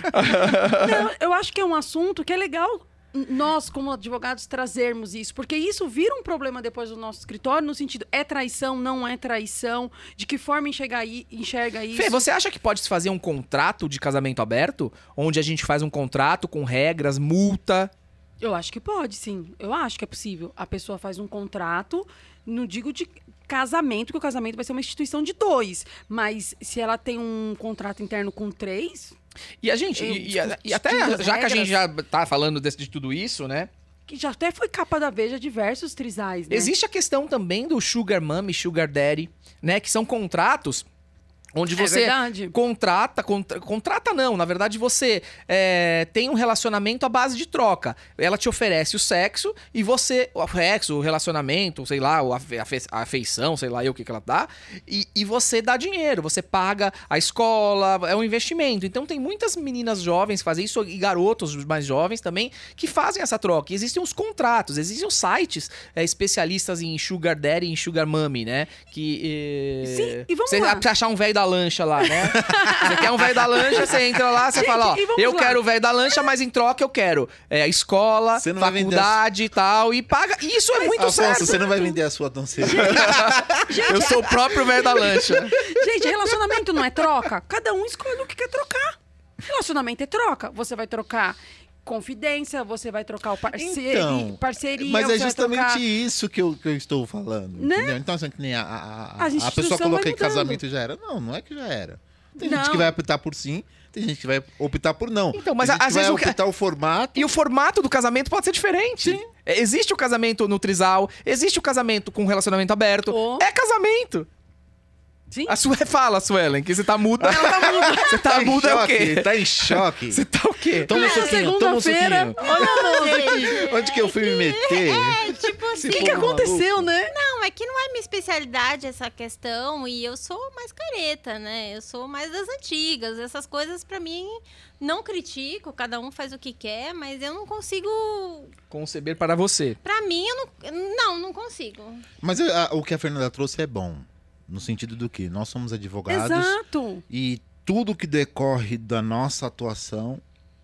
Não, eu acho que é um assunto que é legal nós, como advogados, trazermos isso. Porque isso vira um problema depois do nosso escritório, no sentido, é traição, não é traição? De que forma enxerga, aí, enxerga isso? Fê, você acha que pode se fazer um contrato de casamento aberto? Onde a gente faz um contrato com regras, multa? Eu acho que pode, sim. Eu acho que é possível. A pessoa faz um contrato, não digo de casamento, que o casamento vai ser uma instituição de dois. Mas se ela tem um contrato interno com três, E a gente, Eu e, e- e discuti até as já que a gente já regras. tá falando desse- de tudo isso, né? que já até foi capa da Veja diversos trisais, né? Existe a questão também do Sugar Mommy, Sugar Daddy, né? Que são contratos onde É você verdade. contrata, contra- contrata não, na verdade você é, tem um relacionamento à base de troca. Ela te oferece o sexo e você, o sexo, o relacionamento, sei lá, a, afe- a afeição, sei lá eu o que que ela dá, e, e você dá dinheiro, você paga a escola, é um investimento. Então tem muitas meninas jovens que fazem isso e garotos mais jovens também que fazem essa troca. E existem os contratos, existem os sites é, especialistas em Sugar Daddy e em Sugar Mommy, né? Que eh, Sim, e vamos você lá. pra achar um velho da da lancha lá, né? Você quer um velho da lancha, você entra lá, você Gente, fala, ó, e vamos eu lá. quero o velho da lancha, mas em troca eu quero é, escola, Você não vai vender faculdade e tal, e paga. Isso é muito Afonso, certo. você não vai vender a sua tão cedo. Eu sou o próprio velho da lancha. Gente, relacionamento não é troca? Cada um escolhe o que quer trocar. Relacionamento é troca. Você vai trocar confidência, você vai trocar o parceiro, Então, parceria, mas você é vai justamente trocar... isso que eu, que eu estou falando. Né? Entendeu? Então, assim, que nem a, a, a, A a instituição pessoa vai coloca que mudando. casamento já era. Não, não é que já era. Tem Não. gente que vai optar por sim, tem gente que vai optar por não. Então, mas tem gente às que vezes vai o que- optar o formato. E o formato do casamento pode ser diferente. Sim. É, existe o casamento no trisal, existe o casamento com relacionamento aberto. Oh. É casamento. Sim. A Sue fala, Suelen, que você tá muda. Ela tá muda. Você tá, em muda é o choque, quê? Tá em choque. Você tá o quê? Toma um É, suquinho, toma um segunda-feira. suquinho. Olha a moça aqui. Gente, Onde que eu fui me meter? É, tipo assim. O que, que aconteceu, né? Não, é que não é minha especialidade essa questão e eu sou mais careta, né? Eu sou mais das antigas. Essas coisas, pra mim, não critico, cada um faz o que quer, mas eu não consigo. Conceber para você. Pra mim, eu não. Não, não consigo. Mas a- o que a Fernanda trouxe é bom. No sentido do que nós somos advogados Exato. e tudo que decorre da nossa atuação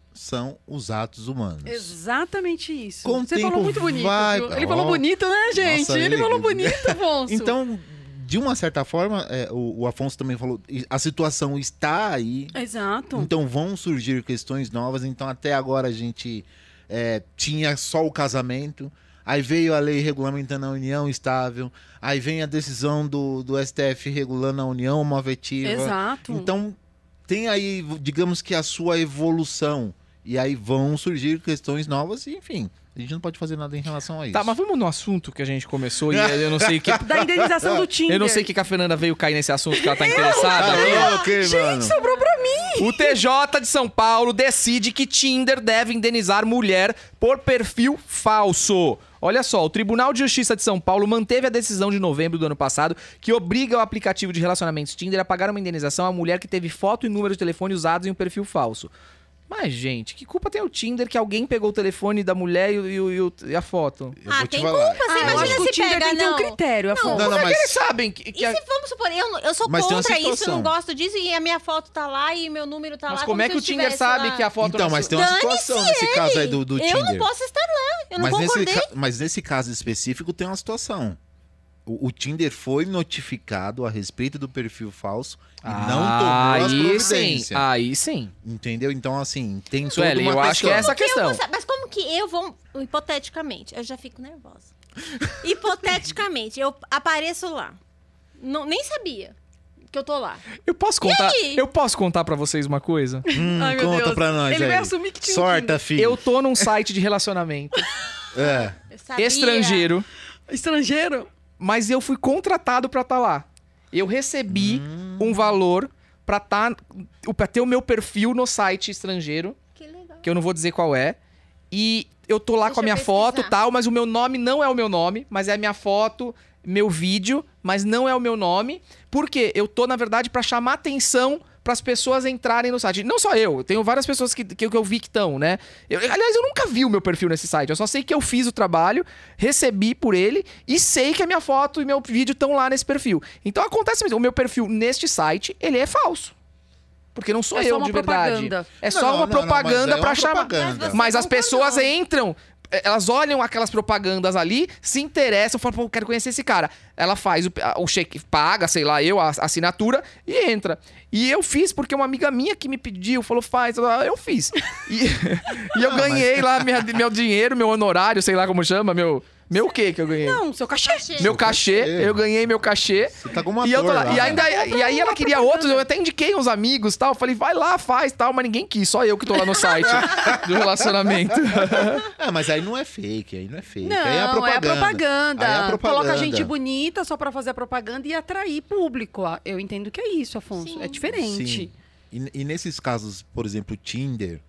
são os atos humanos. Exatamente isso. Com o Você tempo falou muito bonito. vai- viu? Ele Ó. falou bonito, né, gente? Nossa, ele ele- falou bonito, Afonso. Então, de uma certa forma, é, o, o Afonso também falou, e a situação está aí, Exato. então vão surgir questões novas. Então, até agora a gente é, tinha só o casamento, aí veio a lei regulamentando a união estável, aí vem a decisão do, do S T F regulando a união homoafetiva. Exato. Então, tem aí, digamos que a sua evolução. E aí vão surgir questões novas e, enfim, a gente não pode fazer nada em relação a isso. Tá, mas vamos no assunto que a gente começou e eu não sei que. Da indenização do Tinder. Eu não sei que que a Fernanda veio cair nesse assunto que ela tá interessada. Tá louco, hein, mano? Sobrou pra mim. O T J de São Paulo decide que Tinder deve indenizar mulher por perfil falso. Olha só, o Tribunal de Justiça de São Paulo manteve a decisão de novembro do ano passado que obriga o aplicativo de relacionamentos Tinder a pagar uma indenização à mulher que teve foto e número de telefone usados em um perfil falso. Mas, gente, que culpa tem o Tinder que alguém pegou o telefone da mulher e, o- e o- e o- e a foto? Eu ah, vou te tem falar. culpa, você Ah, eu acho imagina que o se Tinder pega, tem que ter um não. critério, Afonso. Não, Como não, é mas- que eles sabem que, que E a- se, vamos supor, eu, eu sou Mas tem uma contra isso, eu situação. não gosto disso, e a minha foto tá lá e meu número tá Mas lá. como é se que eu o Tinder estivesse sabe lá. que a foto Então, não é mas sua? tem uma Dane-se situação nesse ele. caso aí do, do Eu Tinder. não posso estar lá, eu não mas, nesse concordei. ca- mas nesse caso específico tem uma situação. O, o Tinder foi notificado a respeito do perfil falso e não tomou as aí providências. sim, aí sim. Entendeu? Então, assim, tem toda Sueli, uma eu acho que é essa a Como que eu questão. vou sa- mas como que eu vou, hipoteticamente, eu já fico nervosa. Hipoteticamente, eu apareço lá. Não, nem sabia que eu tô lá. Eu posso contar, aí? eu posso contar para vocês uma coisa? Hum, Ai, meu conta Deus. pra nós Ele aí. vai assumir que tinha um Sorta, Tinder. filho. Eu tô num site de relacionamento É. Eu sabia. estrangeiro, Estrangeiro? mas eu fui contratado pra estar lá. Eu recebi um valor pra tá, para ter o meu perfil no site estrangeiro, Que legal. que eu não vou dizer qual é. E eu tô lá Deixa com a eu minha pesquisar. foto e tal, mas o meu nome não é o meu nome, mas é a minha foto, meu vídeo, mas não é o meu nome. Por quê? Eu tô, na verdade, pra chamar atenção pras pessoas entrarem no site. Não só eu, tenho várias pessoas que, que, que eu vi que estão, né? Eu- aliás, eu nunca vi o meu perfil nesse site. Eu só sei que eu fiz o trabalho, recebi por ele e sei que a minha foto e meu vídeo estão lá nesse perfil. Então acontece mesmo, o meu perfil neste site, ele é falso. Porque não sou É só eu uma de verdade. propaganda. É só Não, uma não, não, propaganda mas é pra uma chamar. propaganda. Mas você Mas as concordou. pessoas entram, eh, elas olham aquelas propagandas ali, se interessam, falam, pô, eu quero conhecer esse cara. Ela faz o, a- o cheque, paga, sei lá, eu, a, a assinatura e entra. E eu fiz porque uma amiga minha que me pediu, falou, faz, eu fiz. E, e eu Ah, ganhei lá minha- meu dinheiro, meu honorário, sei lá como chama, meu... Meu o que que eu ganhei? Não, seu cachê. Meu cachê, cachê. eu ganhei meu cachê. Você tá como E, eu ator tô lá. lá, e, né? ainda, e aí ela queria outros, eu até indiquei uns amigos tal. Falei, vai lá, faz tal, mas ninguém quis, só eu que tô lá no site do relacionamento. Ah, mas aí não é fake, aí não é fake. Não, aí é a propaganda. é a propaganda. Aí é a propaganda. Coloca gente bonita só pra fazer a propaganda e atrair público. Ah, eu entendo que é isso, Afonso. Sim. É diferente. Sim. E, e nesses casos, por exemplo, o Tinder,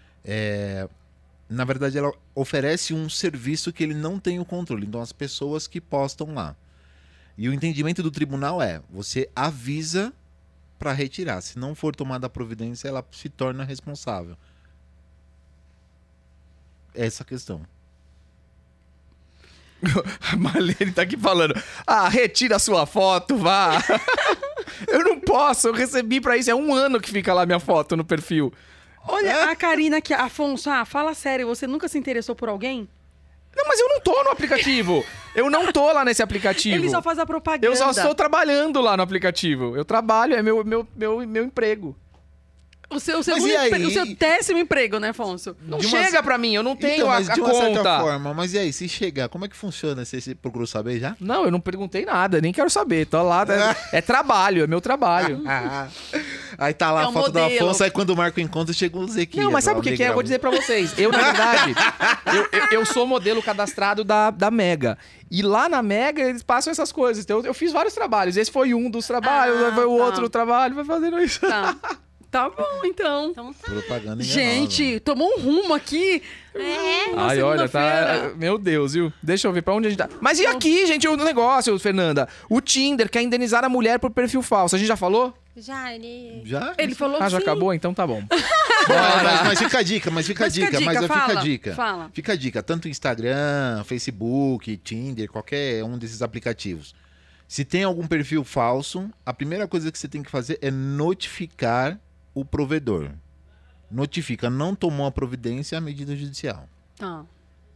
é, na verdade ela oferece um serviço que ele não tem o controle. Então as pessoas que postam lá. E o entendimento do tribunal é, você avisa para retirar. Se não for tomada a providência, ela se torna responsável. Essa questão. A Marlene tá aqui falando, ah, retira a sua foto, vá. Eu não posso, eu recebi pra isso. É um ano que fica lá minha foto no perfil. Olha a Karina aqui, Afonso, ah, fala sério, você nunca se interessou por alguém? Não, mas eu não tô no aplicativo. Eu não tô lá nesse aplicativo. Ele só faz a propaganda. Eu só estou trabalhando lá no aplicativo. Eu trabalho, é meu, meu, meu, meu emprego. O seu, o, seu Mas segundo e aí? empre- o seu décimo emprego, né, Afonso? Não De uma chega cer- pra mim, eu não tenho Então, a, mas a de uma certa conta. forma, mas e aí, se chegar, como é que funciona? Você, você procurou saber já? Não, eu não perguntei nada, nem quero saber. Tô lá, é, é trabalho, é meu trabalho. Aí tá lá É a um foto do modelo. Afonso, aí quando marca o encontro chega um Zequias. Não, mas sabe lá, o que, um que é? Eu vou dizer pra vocês. Eu, na verdade, eu, eu, eu sou modelo cadastrado da, da Mega. E lá na Mega eles passam essas coisas. Então, eu, eu fiz vários trabalhos. Esse foi um dos trabalhos, Ah, foi o tá. outro trabalho, vai fazendo isso. Tá. Tá bom, então. Então tá. Propaganda enganosa. Gente, tomou um rumo aqui. É. Na Ai, olha, tá. segunda-feira. Meu Deus, viu? Deixa eu ver pra onde a gente tá. Mas e aqui, gente, o negócio, Fernanda? O Tinder quer indenizar a mulher por perfil falso. A gente já falou? Já, ele. Já? Ele falou Ah, já sim. acabou? Então tá bom. Mas, mas- mas fica a dica, mas fica Mas a dica, mas fala, fica a dica. Fala. Fica a dica, tanto Instagram, Facebook, Tinder, qualquer um desses aplicativos. Se tem algum perfil falso, a primeira coisa que você tem que fazer é notificar o provedor. Notifica, não tomou a providência, a medida judicial. Tá.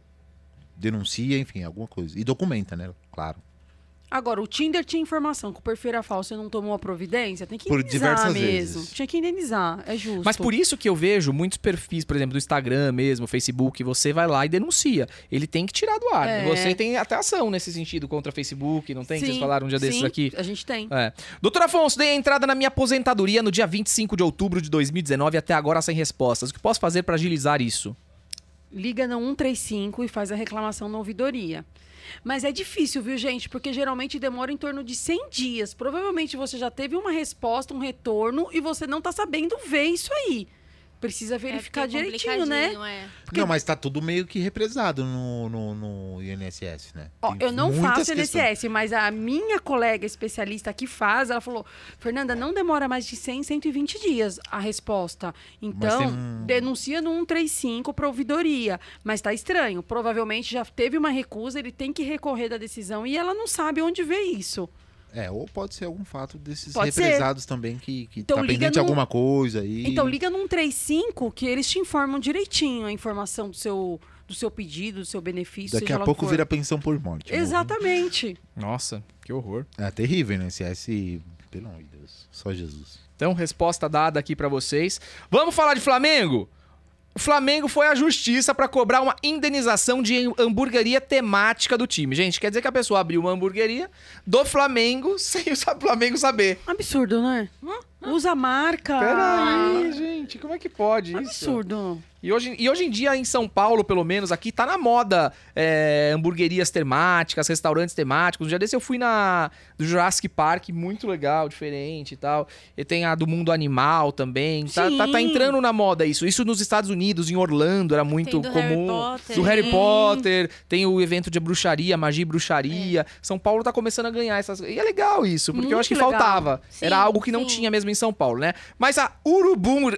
Denuncia, enfim, alguma coisa. E documenta, né? Claro. Agora, o Tinder tinha informação que o perfil era falso e não tomou a providência, tem que Por indenizar diversas mesmo. vezes. Tinha que indenizar, é justo. Mas por isso que eu vejo muitos perfis, por exemplo, do Instagram mesmo, Facebook, você vai lá e denuncia. Ele tem que tirar do ar. É. Você tem até ação nesse sentido contra Facebook, não tem? Que vocês Sim, falaram um dia desses sim, aqui. a gente tem. É. Doutor Afonso, dei a entrada na minha aposentadoria no dia vinte e cinco de outubro de dois mil e dezenove e até agora sem respostas. O que posso fazer para agilizar isso? Liga no um três cinco e faz a reclamação na ouvidoria. Mas é difícil, viu, gente? Porque geralmente demora em torno de cem dias. Provavelmente você já teve uma resposta, um retorno, e você não tá sabendo ver isso aí. Precisa verificar É porque é direitinho, né? complicadinho, é. Porque- Não, mas tá tudo meio que represado no, no, no I N S S, né? Ó, Tem eu não muitas faço I N S questões. S, mas a minha colega especialista que faz, ela falou, Fernanda, não demora mais de cem, cento e vinte dias a resposta. Então, tem um- denuncia no um três cinco para ouvidoria. Mas tá estranho. Provavelmente já teve uma recusa, ele tem que recorrer da decisão e ela não sabe onde ver isso. É, ou pode ser algum fato desses Pode ser. represados também que, que Então tá liga pendente no- alguma coisa aí. Então, liga no um três cinco que eles te informam direitinho a informação do seu, do seu pedido, do seu benefício. Daqui seja a lá o pouco que for. vira pensão por morte. Exatamente. Nossa, que horror. É terrível, I N S S, pelo amor de Deus. Só Jesus. Então, resposta dada aqui pra vocês. Vamos falar de Flamengo? O Flamengo foi à justiça pra cobrar uma indenização de hamburgueria temática do time. Gente, quer dizer que a pessoa abriu uma hamburgueria do Flamengo sem o Flamengo saber. Absurdo, né? Usa a marca. Peraí, gente, como é que pode isso? Absurdo. E hoje, e hoje em dia, em São Paulo, pelo menos, aqui tá na moda é, hamburguerias temáticas, restaurantes temáticos. Um dia desse eu fui na do Jurassic Park, muito legal, diferente e tal. E tem a do Mundo Animal também. Tá, tá, tá Sim. entrando na moda isso. Isso nos Estados Unidos, em Orlando, era muito Tem do Harry comum. Potter. Do Harry Sim. Potter, tem o evento de bruxaria, magia e bruxaria. São Paulo tá começando a ganhar essas... E é legal isso, porque eu Muito acho que legal. faltava. Sim, Era algo que não sim. tinha mesmo em São Paulo, né? Mas a Urubur...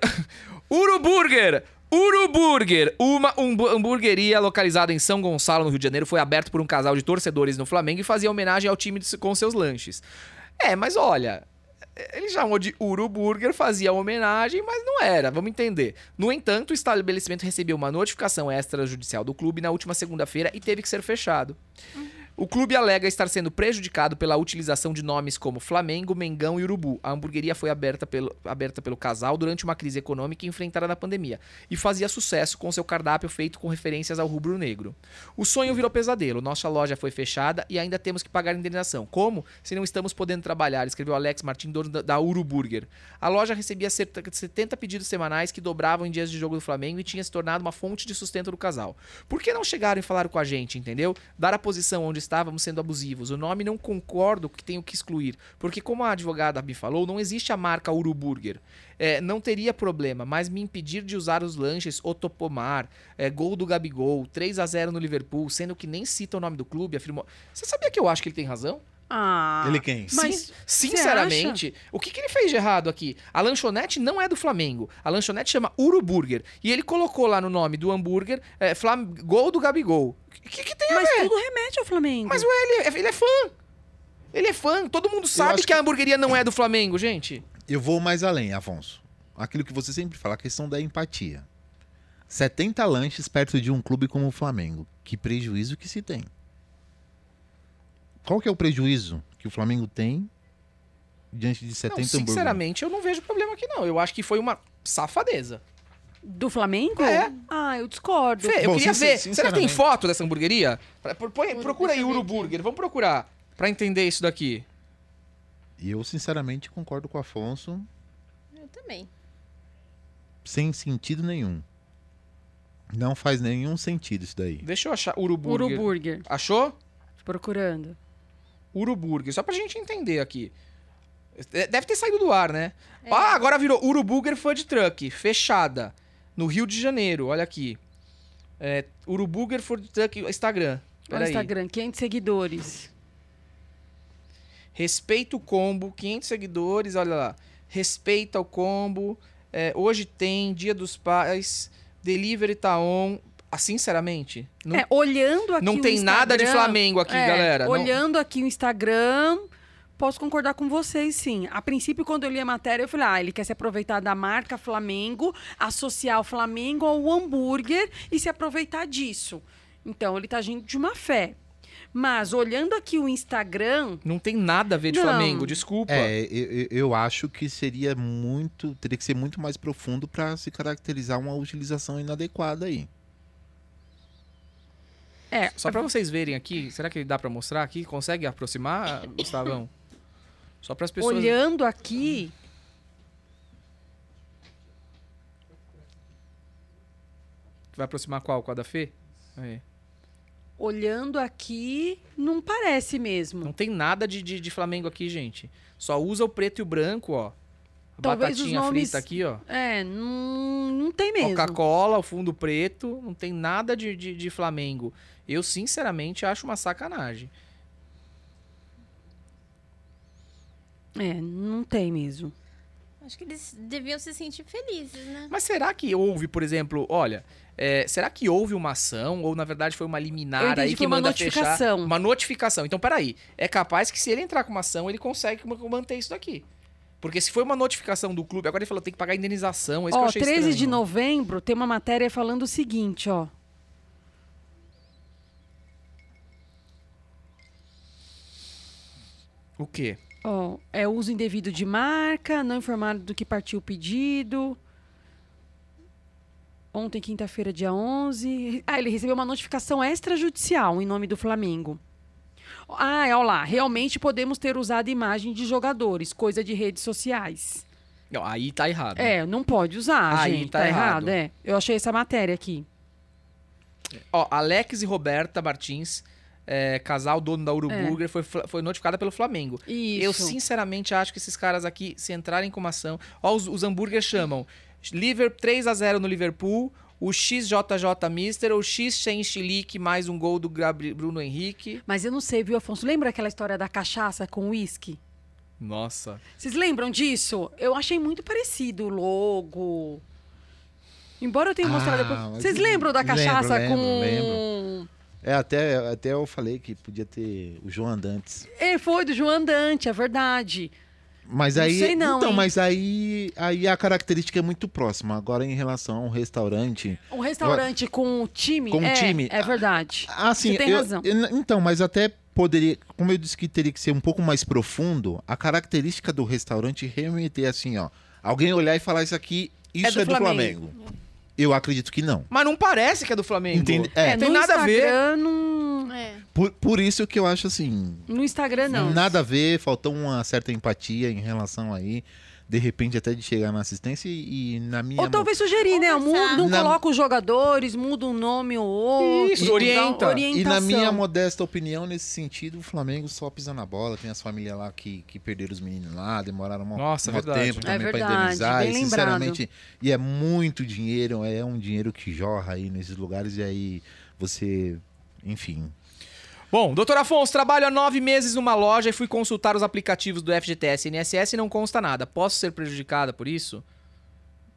Uruburger! Uruburger, uma um- hamburgueria localizada em São Gonçalo, no Rio de Janeiro, foi aberto por um casal de torcedores no Flamengo e fazia homenagem ao time de- com seus lanches. É, mas olha, ele chamou de Uruburger, fazia homenagem, mas não era, vamos entender. No entanto, o estabelecimento recebeu uma notificação extrajudicial do clube na última segunda-feira e teve que ser fechado. O clube alega estar sendo prejudicado pela utilização de nomes como Flamengo, Mengão e Urubu. A hamburgueria foi aberta pelo, aberta pelo casal durante uma crise econômica enfrentada na pandemia e fazia sucesso com seu cardápio feito com referências ao rubro-negro. O sonho virou pesadelo. Nossa loja foi fechada e ainda temos que pagar indenização. Como? Se não estamos podendo trabalhar, escreveu Alex Martin, dono da, da Uruburger. A loja recebia cerca de setenta pedidos semanais que dobravam em dias de jogo do Flamengo e tinha se tornado uma fonte de sustento do casal. Por que não chegaram e falaram com a gente, entendeu? Dar a posição onde estávamos sendo abusivos. O nome não concordo que tenho que excluir, porque como a advogada me falou, não existe a marca Uruburger. É, não teria problema, mas me impedir de usar os lanches Otopomar, é, gol do Gabigol, três a zero no Liverpool, sendo que nem cita o nome do clube, afirmou... Você sabia que eu acho que ele tem razão? Ah. Ele quem? Mas Sim, você sinceramente, o que, que ele fez de errado aqui? A lanchonete não é do Flamengo. A lanchonete chama Uruburger. E ele colocou lá no nome do hambúrguer é, Flam... gol do Gabigol. O que, que tem a Mas ver? tudo remete ao Flamengo. Mas ué, ele, é- ele é fã. Ele é fã, todo mundo sabe que, que a hamburgueria não é do Flamengo, gente. Eu vou mais além, Afonso. Aquilo que você sempre fala, a questão da empatia. setenta lanches perto de um clube como o Flamengo. Que prejuízo que se tem. Qual que é o prejuízo que o Flamengo tem diante de setenta Não, hambúrgueres? sinceramente, eu não vejo problema aqui, não. Eu acho que foi uma safadeza. Do Flamengo? É. Ah, eu discordo. Fê, eu Bom, queria sin- ver. Será que tem sinceramente- foto dessa hamburgueria? Pra- põe- Uru- procura aí deixa eu ver Uru aqui. Burger. Vamos procurar pra entender isso daqui. E eu, sinceramente, concordo com o Afonso. Eu também. Sem sentido nenhum. Não faz nenhum sentido isso daí. Deixa eu achar Uru Burger. Uru Burger. Achou? Procurando. Uru Burger. Só pra gente entender aqui. Deve ter saído do ar, né? É. Ah, agora virou Uru Burger Food Truck. Fechada. No Rio de Janeiro. Olha aqui. É, Uru Burger Food Truck Instagram. Olha Pera o aí. Instagram, quinhentos seguidores. Respeita o combo. quinhentos seguidores. Olha lá. Respeita o combo. É, hoje tem Dia dos Pais. Delivery tá on. Ah, sinceramente, não, É, olhando aqui não o tem nada de Instagram- Flamengo aqui, é, galera. Não- Olhando aqui o Instagram, posso concordar com vocês, sim. A princípio, quando eu li a matéria, eu falei, ah, ele quer se aproveitar da marca Flamengo, associar o Flamengo ao hambúrguer e se aproveitar disso. Então, ele tá agindo de má fé. Mas, olhando aqui o Instagram, Não tem nada a ver de Não. Flamengo, desculpa. É, eu, eu- eu acho que seria muito. Teria que ser muito mais profundo para se caracterizar uma utilização inadequada aí. é... Só pra vocês verem aqui, será que dá pra mostrar aqui? Consegue aproximar, Gustavão? Só para as pessoas... Olhando aqui, Vai aproximar qual? Com a da Fê? Aí. olhando aqui, não parece mesmo. Não tem nada de, de, de Flamengo aqui, gente. Só usa o preto e o branco, ó. A Talvez os batatinha nomes- frita aqui, ó. É, não, não tem mesmo. Coca-Cola, o fundo preto. Não tem nada de, de, de Flamengo. Eu, sinceramente, acho uma sacanagem. É, não tem mesmo. Acho que eles deviam se sentir felizes, né? Mas será que houve, por exemplo, olha, é, será que houve uma ação ou na verdade foi uma Eu liminar entendi aí que que foi uma manda fechar? notificação. Uma notificação. Então, peraí, é capaz que se ele entrar com uma ação, ele consegue manter isso daqui. Porque se foi uma notificação do clube, agora ele falou tem que pagar indenização, é isso que eu Ó, achei treze de estranho. novembro tem uma matéria falando o seguinte, ó. O quê? Ó, é uso indevido de marca, não informado do que partiu o pedido. Ontem, quinta-feira, dia onze. Ah, ele recebeu uma notificação extrajudicial em nome do Flamengo. Ah, olha lá. Realmente podemos ter usado imagem de jogadores, coisa de redes sociais. Não, aí tá errado. É, não pode usar, Aí gente. tá Tá, errado. errado, é. Eu achei essa matéria aqui. Ó, Alex e Roberta Martins, é, casal dono da Uru É. Burger, foi, fla- foi notificada pelo Flamengo. Isso. Eu, sinceramente, acho que esses caras aqui, se entrarem com uma ação... Ó, os, os hambúrgueres chamam Liver três a zero no Liverpool, o X J J Mister, o X sem chilique, mais um gol do Gabri- Bruno Henrique. Mas eu não sei, viu, Afonso? Lembra aquela história da cachaça com uísque? Nossa. Vocês lembram disso? Eu achei muito parecido o logo. Embora eu tenha Ah, mostrado depois. mas Vocês lembram da lembro, cachaça lembro, com. lembro. É, até, até eu falei que podia ter o João Andantes. É, foi do João Andante, é verdade. Mas Não aí. sei não, então, hein? mas aí, aí a característica é muito próxima. Agora, em relação a um restaurante. Um restaurante com o time. Com o é, time. É verdade. Assim, Você tem eu- razão. eu- então, mas até poderia. Como eu disse que teria que ser um pouco mais profundo, a característica do restaurante remeter assim, ó. Alguém olhar e falar isso aqui, isso do é do Flamengo. Flamengo. Eu acredito que não. Mas não parece que é do Flamengo. Entende? É, tem no nada a ver. Instagram, Não... É. por, por isso que eu acho assim. No Instagram, não. Nada a ver, faltou uma certa empatia em relação aí. De repente, até de chegar na assistência e, e na minha. Ou talvez sugerir, né? Conversar. Muda, não Na- coloca os jogadores, muda um nome ou outro. Isso, dá uma orienta. E orientação. na minha modesta opinião, nesse sentido, o Flamengo só pisa na bola. Tem as famílias lá que, que perderam os meninos lá, demoraram um Nossa, mó verdade. tempo É também pra verdade, indenizar. bem E, lembrado. sinceramente, e é muito dinheiro, é um dinheiro que jorra aí nesses lugares. E aí você, enfim. Bom, doutor Afonso, trabalho há nove meses numa loja e fui consultar os aplicativos do F G T S e I N S S e não consta nada. Posso ser prejudicada por isso?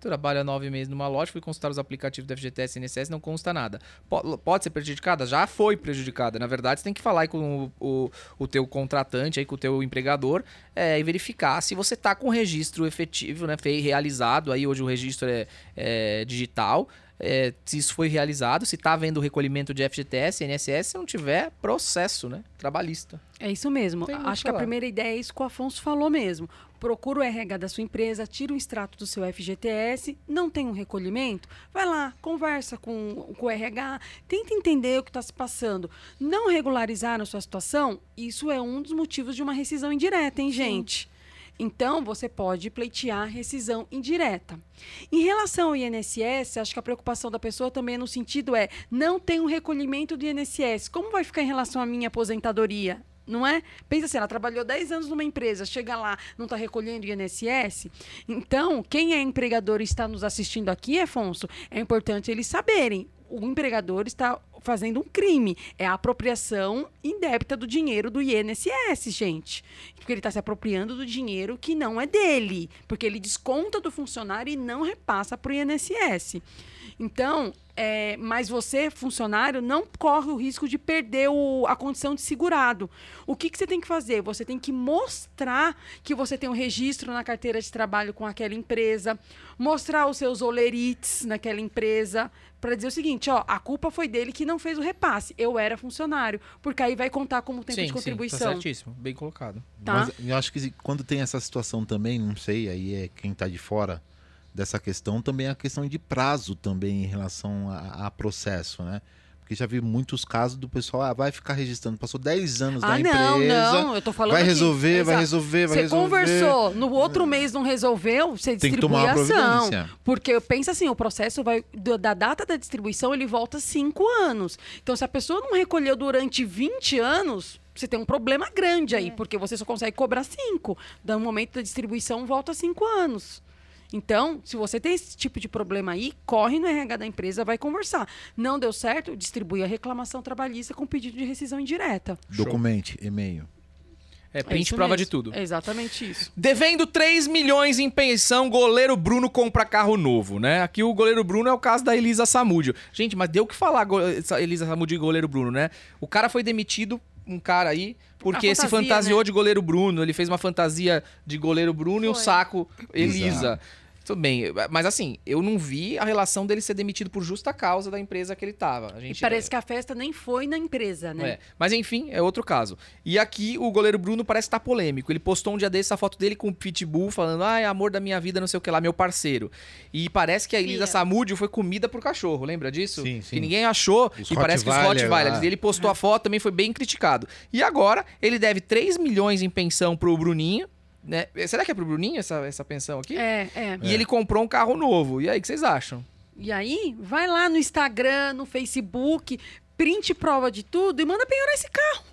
trabalha nove meses numa loja, fui consultar os aplicativos do F G T S e I N S S, não consta nada. P- pode ser prejudicada? Já foi prejudicada. Na verdade, você tem que falar aí com o, o, o teu contratante, aí, com o teu empregador, é, e verificar se você está com o registro efetivo, né, foi realizado. Aí hoje o registro é, é digital. É, se isso foi realizado, se está havendo recolhimento de F G T S, I N S S, se não tiver, processo, né? Trabalhista. É isso mesmo. Tem muito Acho que a falar. primeira ideia é isso que o Afonso falou mesmo. Procura o R H da sua empresa, tira o extrato do seu F G T S, não tem um recolhimento, vai lá, conversa com, com o R H, tenta entender o que está se passando. Não regularizaram a sua situação, isso é um dos motivos de uma rescisão indireta, hein, gente? Então, você pode pleitear rescisão indireta. Em relação ao I N S S, acho que a preocupação da pessoa também no sentido é, não tem um recolhimento do I N S S. Como vai ficar em relação à minha aposentadoria? Não é? Pensa assim, ela trabalhou dez anos numa empresa, chega lá, não está recolhendo o I N S S. Então, quem é empregador e está nos assistindo aqui, Afonso, é importante eles saberem. O empregador está fazendo um crime. É a apropriação indébita do dinheiro do I N S S, gente. Porque ele está se apropriando do dinheiro que não é dele. Porque ele desconta do funcionário e não repassa para o I N S S. Então, é, mas você, funcionário, não corre o risco de perder o, a condição de segurado. O que, que você tem que fazer? Você tem que mostrar que você tem um registro na carteira de trabalho com aquela empresa, mostrar os seus olerites naquela empresa, para dizer o seguinte, ó, a culpa foi dele que não fez o repasse. Eu era funcionário, porque aí vai contar como tempo sim, de contribuição. Sim, tá certíssimo. Bem colocado. Tá? Mas eu acho que quando tem essa situação também, não sei, aí é quem está de fora dessa questão, também é a questão de prazo também em relação a, a processo, né? Porque já vi muitos casos do pessoal, ah, vai ficar registrando, passou dez anos Ah, da não, empresa, não, eu tô falando vai aqui. resolver, vai Exato. resolver, vai Você resolver. conversou, no outro mês não resolveu, você Tem que distribui tomar a uma ação. providência. Porque pensa assim, o processo vai do- da data da distribuição, ele volta cinco anos. Então, se a pessoa não recolheu durante vinte anos, você tem um problema grande aí, porque você só consegue cobrar cinco. Do momento da distribuição, volta cinco anos. Então, se você tem esse tipo de problema aí, corre no R H da empresa, vai conversar. Não deu certo, distribui a reclamação trabalhista com pedido de rescisão indireta. Documente, e-mail. É, É print isso prova mesmo. de tudo. É exatamente isso. Devendo três milhões em pensão, goleiro Bruno compra carro novo, né? Aqui o goleiro Bruno é o caso da Elisa Samúdio. Gente, mas deu o que falar, go- essa Elisa Samúdio e goleiro Bruno, né? O cara foi demitido, um cara aí, porque A se fantasia, fantasiou né? de goleiro Bruno. Ele fez uma fantasia de goleiro Bruno e um Foi. saco Elisa. Exato. Tudo bem, mas assim, eu não vi a relação dele ser demitido por justa causa da empresa que ele tava. A E gente, parece que a festa nem foi na empresa, né? é. Mas enfim, é outro caso. E aqui o goleiro Bruno parece estar polêmico. Ele postou um dia desse a foto dele com o Pitbull falando: ai, amor da minha vida, não sei o que lá, meu parceiro. E parece que a Elisa Fia. Samúdio foi comida por cachorro, lembra disso? Sim, sim. Que ninguém achou. Os e parece que os Rottweiler Rottweilers. lá. Ele postou a foto, também foi bem criticado. E agora ele deve três milhões em pensão pro Bruninho. Né? Será que é pro Bruninho essa, essa pensão aqui? É, é. E ele comprou um carro novo. E aí, o que vocês acham? E aí, vai lá no Instagram, no Facebook, print prova de tudo e manda penhorar esse carro.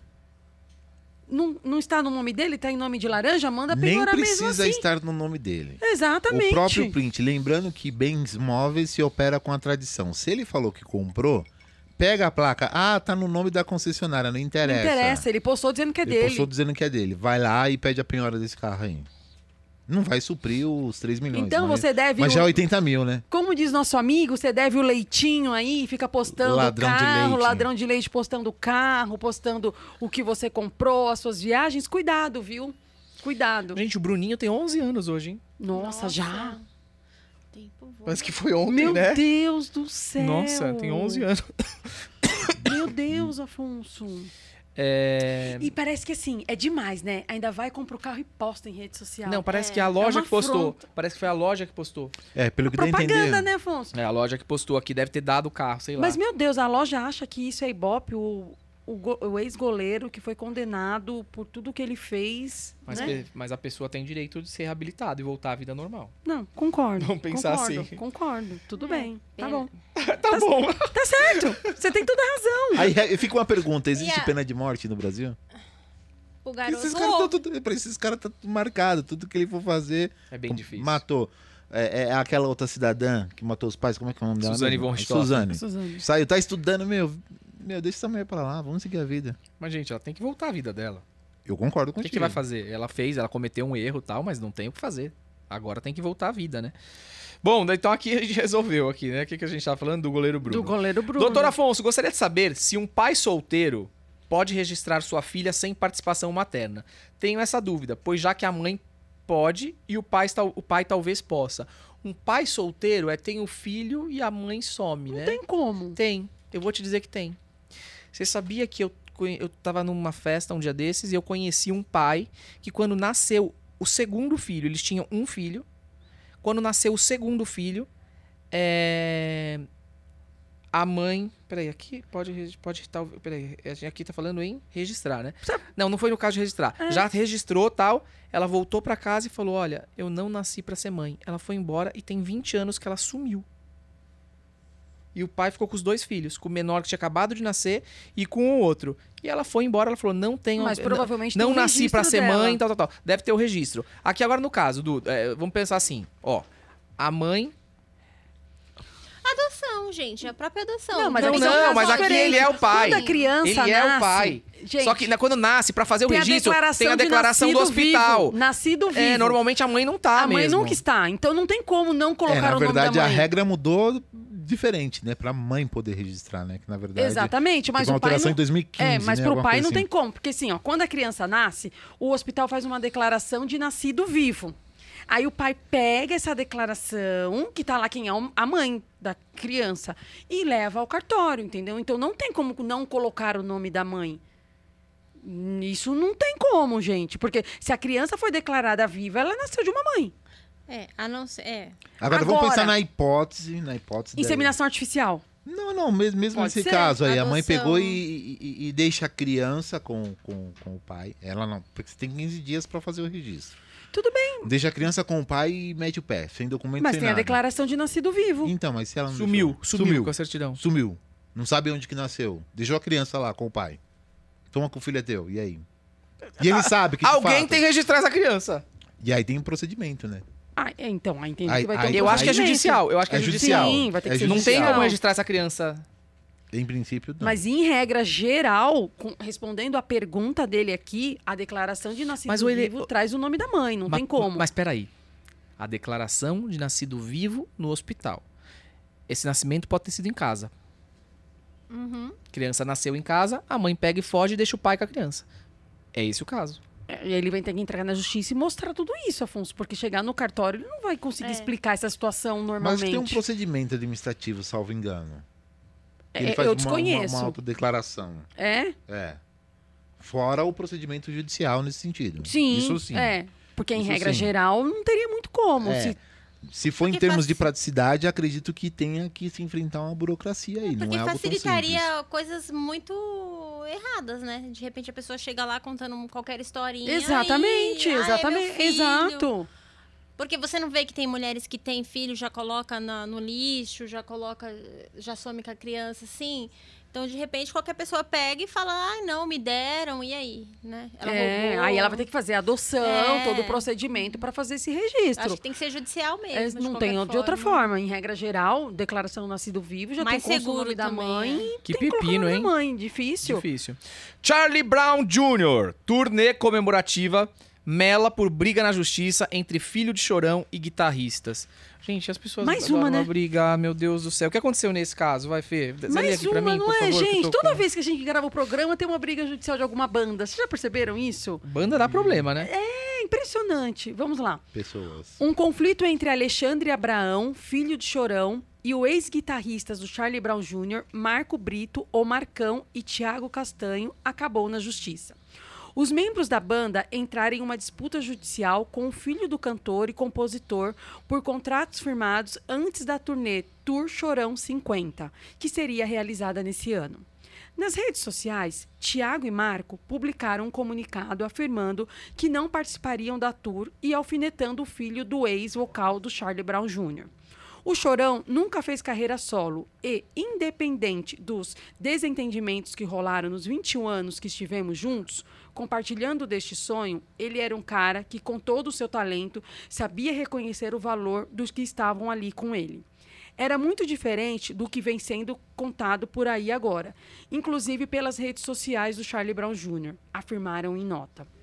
Não, não está no nome dele, está em nome de laranja, manda Nem penhorar mesmo precisa assim. estar no nome dele. Exatamente. O próprio print, lembrando que bens móveis se opera com a tradição. Se ele falou que comprou, pega a placa, ah, tá no nome da concessionária, não Não interessa. interessa, ele postou dizendo que é Ele dele. postou dizendo que é dele. Vai lá e pede a penhora desse carro aí. Não vai suprir os três milhões. Então mas, você deve... Mas o- já é oitenta mil, né? Como diz nosso amigo, você deve o leitinho aí, fica postando Ladrão o de carro, leite. ladrão de leite postando o carro, postando o que você comprou, as suas viagens. Cuidado, viu? Cuidado. Gente, o Bruninho tem onze anos hoje, hein? Nossa, já? O tempo voa. Parece que foi ontem, Meu né? Deus do céu. Nossa, tem onze anos. Meu Deus, Afonso. É... E parece que assim, é demais, né? Ainda vai, compra o carro e posta em rede social. Não, parece É, que a é loja uma que postou. afronta. Parece que foi a loja que postou. É, pelo que dá a Propaganda, entender. né, Afonso? É, a loja que postou aqui deve ter dado o carro, sei lá. Mas, meu Deus, a loja acha que isso é Ibope, o, o, go- o ex-goleiro que foi condenado por tudo que ele fez. Mas, né? pe- mas a pessoa tem direito de ser reabilitado e voltar à vida normal. Não, concordo. Vamos pensar concordo, assim. Concordo, tudo É, bem. Tá pena. bom. Tá bom. Tá certo. Você tem toda a razão. Aí é, fica uma pergunta: existe E a- pena de morte no Brasil? O garoto. Esses caras estão tudo, pra esses caras tá tudo marcado, tudo que ele for fazer. É bem com- difícil. Matou. É, é aquela outra cidadã que matou os pais, como é que é o nome dela? Suzane mesmo? von Richthofen. Suzane. Suzane. Saiu, tá estudando, meu. Meu, deixa essa mulher pra lá, vamos seguir a vida. Mas, gente, ela tem que voltar à vida dela. Eu concordo O com que, que vai fazer? Ela fez, ela cometeu um erro e tal, mas não tem o que fazer. Agora tem que voltar à vida, né? Bom, então aqui a gente resolveu aqui, né? O que, que a gente tava falando? Do goleiro Bruno. Do goleiro Bruno. Doutor Afonso, gostaria de saber se um pai solteiro pode registrar sua filha sem participação materna. Tenho essa dúvida, pois já que a mãe pode e o pai, o pai talvez possa. Um pai solteiro é tem o filho e a mãe some, né? Não tem como. Tem. Eu vou te dizer que tem. Você sabia que eu, eu tava numa festa um dia desses e eu conheci um pai que quando nasceu o segundo filho, eles tinham um filho. Quando nasceu o segundo filho, é... a mãe... Peraí, aqui pode... pode tal, peraí, aqui tá falando em registrar, né? Não, não foi no caso de registrar. É. Já registrou, tal. Ela voltou pra casa e falou, olha, eu não nasci pra ser mãe. Ela foi embora e tem vinte anos que ela sumiu. E o pai ficou com os dois filhos. Com o menor que tinha acabado de nascer e com o outro. E ela foi embora, ela falou, não tenho... Mas provavelmente não, tem não um nasci pra ser dela. mãe, tal, tal, tal. Deve ter o registro. Aqui agora no caso, do, é, vamos pensar assim, ó. A mãe... Adoção, gente, a própria adoção. Não, mas, Não, aqui não, são mas casos aqui ele é o pai. Quando a criança Ele nasce, é o pai. Gente, Só que né, quando nasce, pra fazer o tem a registro, declaração tem a de declaração do nascido hospital. Vivo, nascido vivo. É, normalmente a mãe não tá a mãe mesmo. nunca está. Então não tem como não colocar É, na o nome verdade, da a mãe. regra mudou diferente, né? Pra mãe poder registrar, né? Que na verdade... Exatamente, mas teve uma o pai alteração não... em dois mil e quinze, É, mas né? pro Alguma pai coisa não assim. tem como. Porque assim, ó, quando a criança nasce, o hospital faz uma declaração de nascido vivo. Aí o pai pega essa declaração, que tá lá quem é a mãe da criança, e leva ao cartório, entendeu? Então não tem como não colocar o nome da mãe. Isso não tem como, gente. Porque se a criança foi declarada viva, ela nasceu de uma mãe. É, a não ser... É. Agora, Agora- vamos pensar na hipótese, na hipótese da- Inseminação artificial. Não, não, mesmo, mesmo Pode nesse ser, caso aí, a mãe adoção. pegou e, e- e deixa a criança com, com, com o pai. Ela não, porque você tem quinze dias pra fazer o registro. Tudo bem, Deixa a criança com o pai e mete o pé, sem documento, mas sem tem a nada. declaração de nascido vivo. Então, mas se ela não Sumiu, deixou? sumiu, sumiu, com a certidão. sumiu. Não sabe onde que nasceu. Deixou a criança lá com o pai. Toma que o filho é teu, e aí? E ele sabe que de Alguém fato- tem que registrar essa criança. E aí tem um procedimento, né? Ah, é, então, aí entende Aí- que vai ter aí- um Eu acho que é procedimento. judicial. Eu acho que é, É judicial. judicial. Sim, vai ter É que ser Não tem judicial. como registrar essa criança. Em princípio, não. Mas, em regra geral, com- respondendo à pergunta dele aqui, a declaração de nascido Mas o ele- vivo traz o nome da mãe, não Ma- tem como. Mas peraí. A declaração de nascido vivo no hospital. Esse nascimento pode ter sido em casa. Uhum. A criança nasceu em casa, a mãe pega e foge e deixa o pai com a criança. É esse o caso. É, E ele vai ter que entrar na justiça e mostrar tudo isso, Afonso, porque chegar no cartório ele não vai conseguir É. explicar essa situação Mas normalmente. tem um procedimento administrativo, salvo engano. É, Ele faz eu uma- desconheço. Uma, uma autodeclaração. É? É. Fora o procedimento judicial nesse sentido. Sim. Isso sim. É. Porque, em Isso regra sim. geral, não teria muito como. É. Se- Se for em Porque termos de faci- praticidade, acredito que tenha que se enfrentar uma burocracia aí. Porque não é algo tão simples. facilitaria coisas muito erradas, né? De repente a pessoa chega lá contando qualquer historinha. Exatamente, e, "Ah, é meu exatamente. filho." Exato. Porque você não vê que tem mulheres que têm filho, já coloca na- no lixo, já coloca, já some com a criança, assim. Então, de repente, qualquer pessoa pega e fala, ai, não, me deram, e aí? Né? Ela É, roubou. aí ela vai ter que fazer a adoção, É. todo o procedimento para fazer esse registro. Acho que tem que ser judicial mesmo. É, de não qualquer tem de outra forma. Em regra geral, declaração do nascido vivo já Mais tem como o seguro nome da também, mãe. Que tem que colocar o pepino, nome hein? da mãe. Difícil. Difícil. Charlie Brown Júnior Turnê comemorativa. Mela por briga na justiça entre filho de Chorão e guitarristas. Gente, as pessoas Mais adoram uma, né? brigar, meu Deus do céu. O que aconteceu nesse caso? Vai, Fê? Lê Mais aqui uma, pra mim, não por é, favor. que eu gente? tô Toda com- vez que a gente grava o programa, tem uma briga judicial de alguma banda. Vocês já perceberam isso? Banda dá problema, né? É impressionante. Vamos lá. Pessoas. Um conflito entre Alexandre Abraão, filho de Chorão, e o ex-guitarrista do Charlie Brown Júnior, Marco Brito, o Marcão e Tiago Castanho, acabou na justiça. Os membros da banda entraram em uma disputa judicial com o filho do cantor e compositor por contratos firmados antes da turnê Tour Chorão cinquenta, que seria realizada nesse ano. Nas redes sociais, Tiago e Marco publicaram um comunicado afirmando que não participariam da tour e alfinetando o filho do ex-vocal do Charlie Brown Júnior O Chorão nunca fez carreira solo e, independente dos desentendimentos que rolaram nos vinte e um anos que estivemos juntos, compartilhando deste sonho, ele era um cara que, com todo o seu talento, sabia reconhecer o valor dos que estavam ali com ele. Era muito diferente do que vem sendo contado por aí agora, inclusive pelas redes sociais do Charlie Brown Júnior, afirmaram em nota.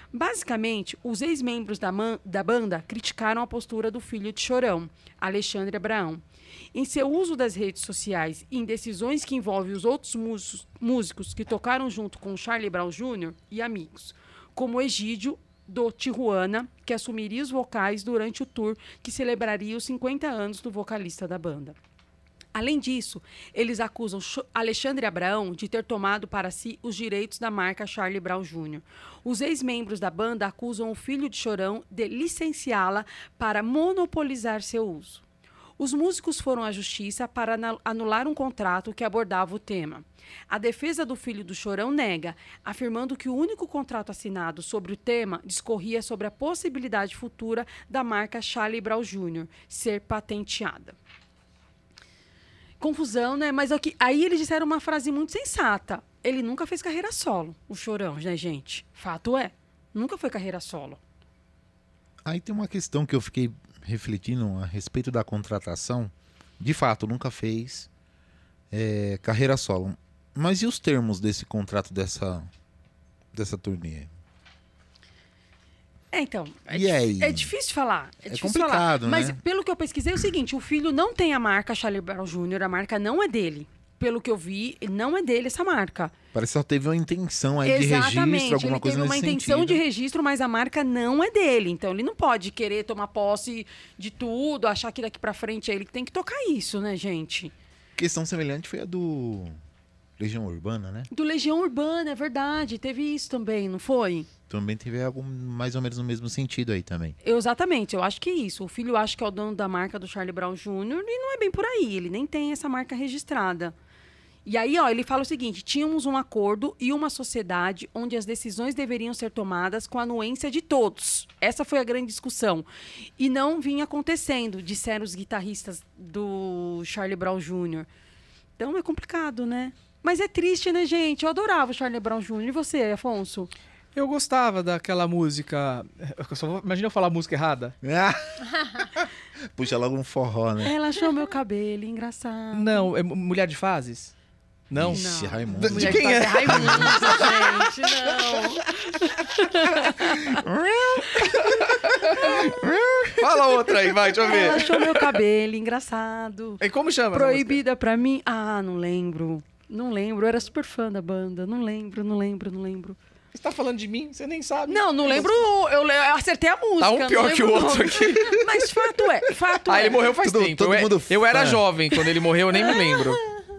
Basicamente, os ex-membros da, da banda criticaram a postura do filho de Chorão, Alexandre Abraão. Em seu uso das redes sociais e em decisões que envolvem os outros músicos, músicos que tocaram junto com Charlie Brown Júnior e amigos, como Egídio do Tijuana, que assumiria os vocais durante o tour que celebraria os cinquenta anos do vocalista da banda. Além disso, eles acusam Alexandre Abraão de ter tomado para si os direitos da marca Charlie Brown Júnior Os ex-membros da banda acusam o filho de Chorão de licenciá-la para monopolizar seu uso. Os músicos foram à justiça para anular um contrato que abordava o tema. A defesa do filho do Chorão nega, afirmando que o único contrato assinado sobre o tema discorria sobre a possibilidade futura da marca Charlie Brown Júnior ser patenteada. Confusão, né? Mas aqui, aí eles disseram uma frase muito sensata. Ele nunca fez carreira solo, o Chorão, né, gente? Fato é, nunca foi carreira solo. Aí tem uma questão que eu fiquei refletindo a respeito da contratação. De fato, nunca fez é, carreira solo. Mas e os termos desse contrato dessa, dessa turnê? É, então, é, e aí? é difícil falar. É, É difícil complicado, falar. Mas né? pelo que eu pesquisei é o seguinte, o filho não tem a marca Charlie Brown Júnior, a marca não é dele. Pelo que eu vi, não é dele essa marca. Parece que só teve uma intenção aí Exatamente, de registro, alguma ele coisa teve uma nesse intenção sentido. de registro, mas a marca não é dele. Então ele não pode querer tomar posse de tudo, achar que daqui pra frente é ele que tem que tocar isso, né, gente? Questão semelhante foi a do Legião Urbana, né? Do Legião Urbana, é verdade. Teve isso também, não foi? Também teve algo mais ou menos no mesmo sentido aí também. Eu, exatamente, eu acho que é isso. O filho acha que é o dono da marca do Charlie Brown Júnior e não é bem por aí. Ele nem tem essa marca registrada. E aí, ó, ele fala o seguinte: tínhamos um acordo e uma sociedade onde as decisões deveriam ser tomadas com a anuência de todos. Essa foi a grande discussão. E não vinha acontecendo, disseram os guitarristas do Charlie Brown Júnior Então é complicado, né? Mas é triste, né, gente? Eu adorava o Charlie Brown Júnior E você, Afonso? Eu gostava daquela música... Eu só vou... Imagina eu falar a música errada. Puxa logo um forró, né? Ela achou meu cabelo engraçado. Não, é Mulher de Fases? Não? Ixi, Não. Raimundo. De Mulher quem de é? fazer Raimundo, gente, não. Fala outra aí, vai, deixa eu Ela ver. achou meu cabelo engraçado. E como chama? essa Proibida pra mim? Ah, não lembro. Não lembro. Eu era super fã da banda. Não lembro, não lembro, não lembro. música? Você tá falando de mim? Você nem sabe. Não, não lembro. Eu, le- eu acertei a música. Tá um não pior que o lembro outro nome. aqui. Mas fato é, fato Ah, é. ele morreu faz Todo- tempo. todo eu, mundo eu era fã. jovem quando ele morreu, eu nem me lembro.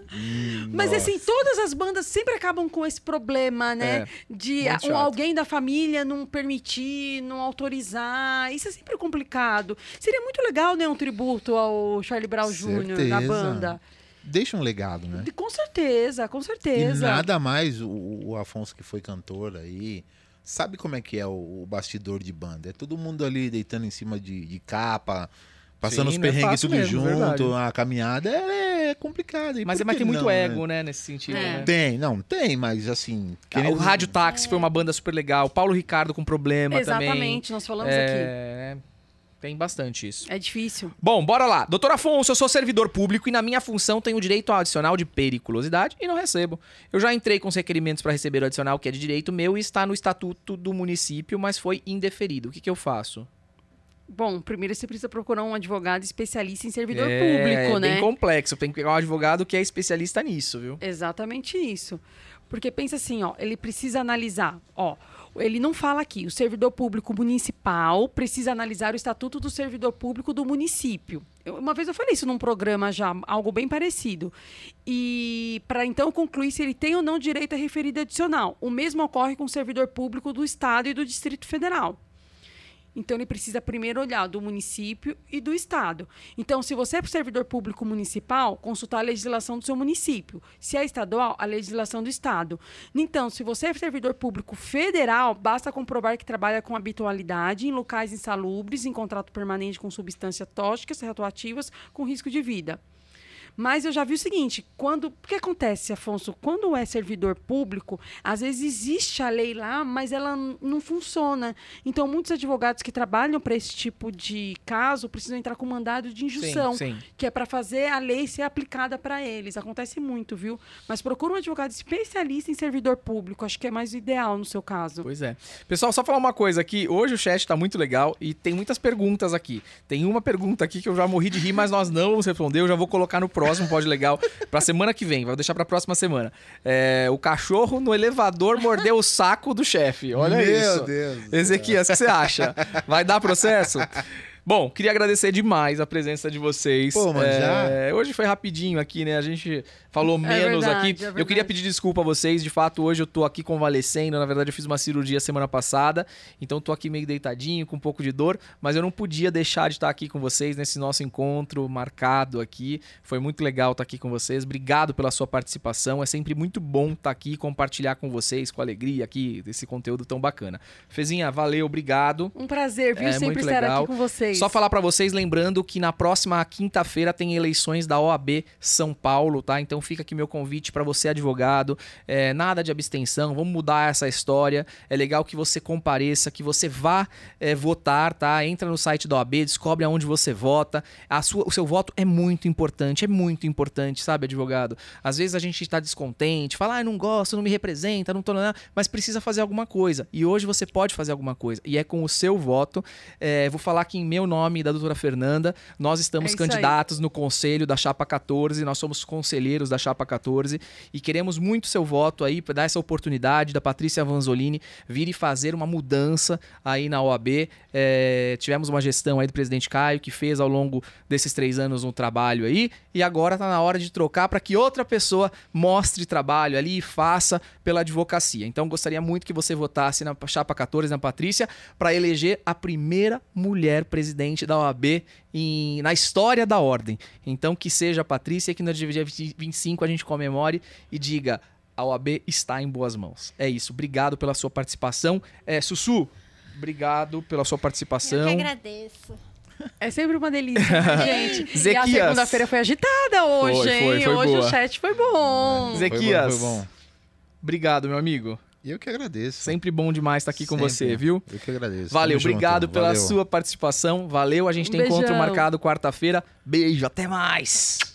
Mas assim, todas as bandas sempre acabam com esse problema, né? É, de muito um- chato. alguém da família não permitir, não autorizar. Isso é sempre complicado. Seria muito legal, né? Um tributo ao Charlie Brown Júnior da Certeza. banda. Deixa um legado, né? De- Com certeza, com E certeza. nada mais, o, o Afonso que foi cantor aí, sabe como é que é o, o bastidor de banda? É todo mundo ali deitando em cima de, de capa, passando Sim, os não é perrengues fácil tudo mesmo, junto, verdade. a caminhada é, é complicada. E Mas, por é, mas que tem muito não, ego, né? né, nesse sentido. É. né? Tem, não, tem, mas assim... Ah, querendo- O Rádio Táxi foi uma banda super legal. Paulo Ricardo com problema também. Exatamente, nós falamos aqui. É, tem bastante isso. É difícil. Bom, bora lá. Doutor Afonso, eu sou servidor público e na minha função tenho o direito ao adicional de periculosidade e não recebo. Eu já entrei com os requerimentos para receber o adicional que é de direito meu e está no estatuto do município, mas foi indeferido. O que, que eu faço? Bom, primeiro você precisa procurar um advogado especialista em servidor é, público, é né? bem complexo. Tem que pegar um advogado que é especialista nisso, viu? Exatamente isso. Porque pensa assim, ó, ele precisa analisar, ó, ele não fala aqui, o servidor público municipal precisa analisar o estatuto do servidor público do município. Eu- uma vez eu falei isso num programa já, algo bem parecido. E para então concluir se ele tem ou não direito a referido adicional. O mesmo ocorre com o servidor público do Estado e do Distrito Federal. Então, ele precisa primeiro olhar do município e do estado. Então, se você é servidor público municipal, consultar a legislação do seu município. Se é estadual, a legislação do estado. Então, se você é servidor público federal, basta comprovar que trabalha com habitualidade em locais insalubres, em contrato permanente com substâncias tóxicas, retroativas, com risco de vida. Mas eu já vi o seguinte, quando... O que acontece, Afonso? Quando é servidor público, às vezes existe a lei lá, mas ela n- não funciona. Então, muitos advogados que trabalham para esse tipo de caso precisam entrar com mandado de injunção, Sim, sim. que é para fazer a lei ser aplicada para eles. Acontece muito, viu? Mas procura um advogado especialista em servidor público. Acho que é mais ideal no seu caso. Pois é. Pessoal, só falar uma coisa aqui. Hoje o chat tá muito legal e tem muitas perguntas aqui. Tem uma pergunta aqui que eu já morri de rir, mas nós não vamos responder. Eu já vou colocar no próximo Pode Legal pra semana que vem. Vou deixar pra próxima semana. É, o cachorro no elevador mordeu o saco do chefe. Olha Meu isso. Deus do Ezequias, o que você acha? Vai dar processo? Bom, queria agradecer demais a presença de vocês. Pô, mano, É, hoje foi rapidinho aqui, né? A gente falou menos verdade, aqui. é Eu queria verdade. pedir desculpa a vocês. De fato, hoje eu tô aqui convalescendo. Na verdade, eu fiz uma cirurgia semana passada. Então, tô aqui meio deitadinho, com um pouco de dor. Mas eu não podia deixar de estar aqui com vocês nesse nosso encontro marcado aqui. Foi muito legal estar aqui com vocês. Obrigado pela sua participação. É sempre muito bom estar aqui e compartilhar com vocês, com alegria aqui, desse conteúdo tão bacana. Fezinha, valeu, obrigado. Um prazer, viu? É, Sempre muito estar legal. aqui com vocês. Só falar pra vocês, lembrando que na próxima quinta-feira tem eleições da O A B São Paulo, tá? Então fica aqui meu convite pra você, advogado. É, nada de abstenção, vamos mudar essa história. É legal que você compareça, que você vá é, votar, tá? Entra no site da O A B, descobre aonde você vota. A sua, o seu voto é muito importante, é muito importante, sabe, advogado? Às vezes a gente tá descontente, fala, ah, não gosto, não me representa, não tô nada, mas precisa fazer alguma coisa. E hoje você pode fazer alguma coisa. E é com o seu voto. É, vou falar aqui em meu nome e da doutora Fernanda. Nós estamos É isso aí. candidatos no conselho da Chapa quatorze, nós somos conselheiros da Chapa quatorze e queremos muito seu voto aí para dar essa oportunidade da Patrícia Vanzolini vir e fazer uma mudança aí na O A B. É, tivemos uma gestão aí do presidente Caio que fez ao longo desses três anos um trabalho aí e agora tá na hora de trocar para que outra pessoa mostre trabalho ali e faça pela advocacia. Então gostaria muito que você votasse na Chapa quatorze, na Patrícia, para eleger a primeira mulher presidente da O A B em, na história da ordem. Então que seja a Patrícia, que no dia vinte e cinco a gente comemore e diga: a O A B está em boas mãos. É isso. Obrigado pela sua participação. É, Sussu, obrigado pela sua participação. Eu que agradeço. É sempre uma delícia, né, gente? Zequias. E a segunda-feira foi agitada hoje, Foi, hein? foi, foi hoje boa. o chat foi bom. Zequias, Foi bom, foi bom. obrigado, meu amigo. E eu que agradeço. Sempre bom demais estar aqui com Sempre. você, viu? Eu que agradeço. Valeu, Tamo junto. obrigado pela Valeu. sua participação. Valeu, a gente Um tem encontro beijão. marcado quarta-feira. Beijo, até mais.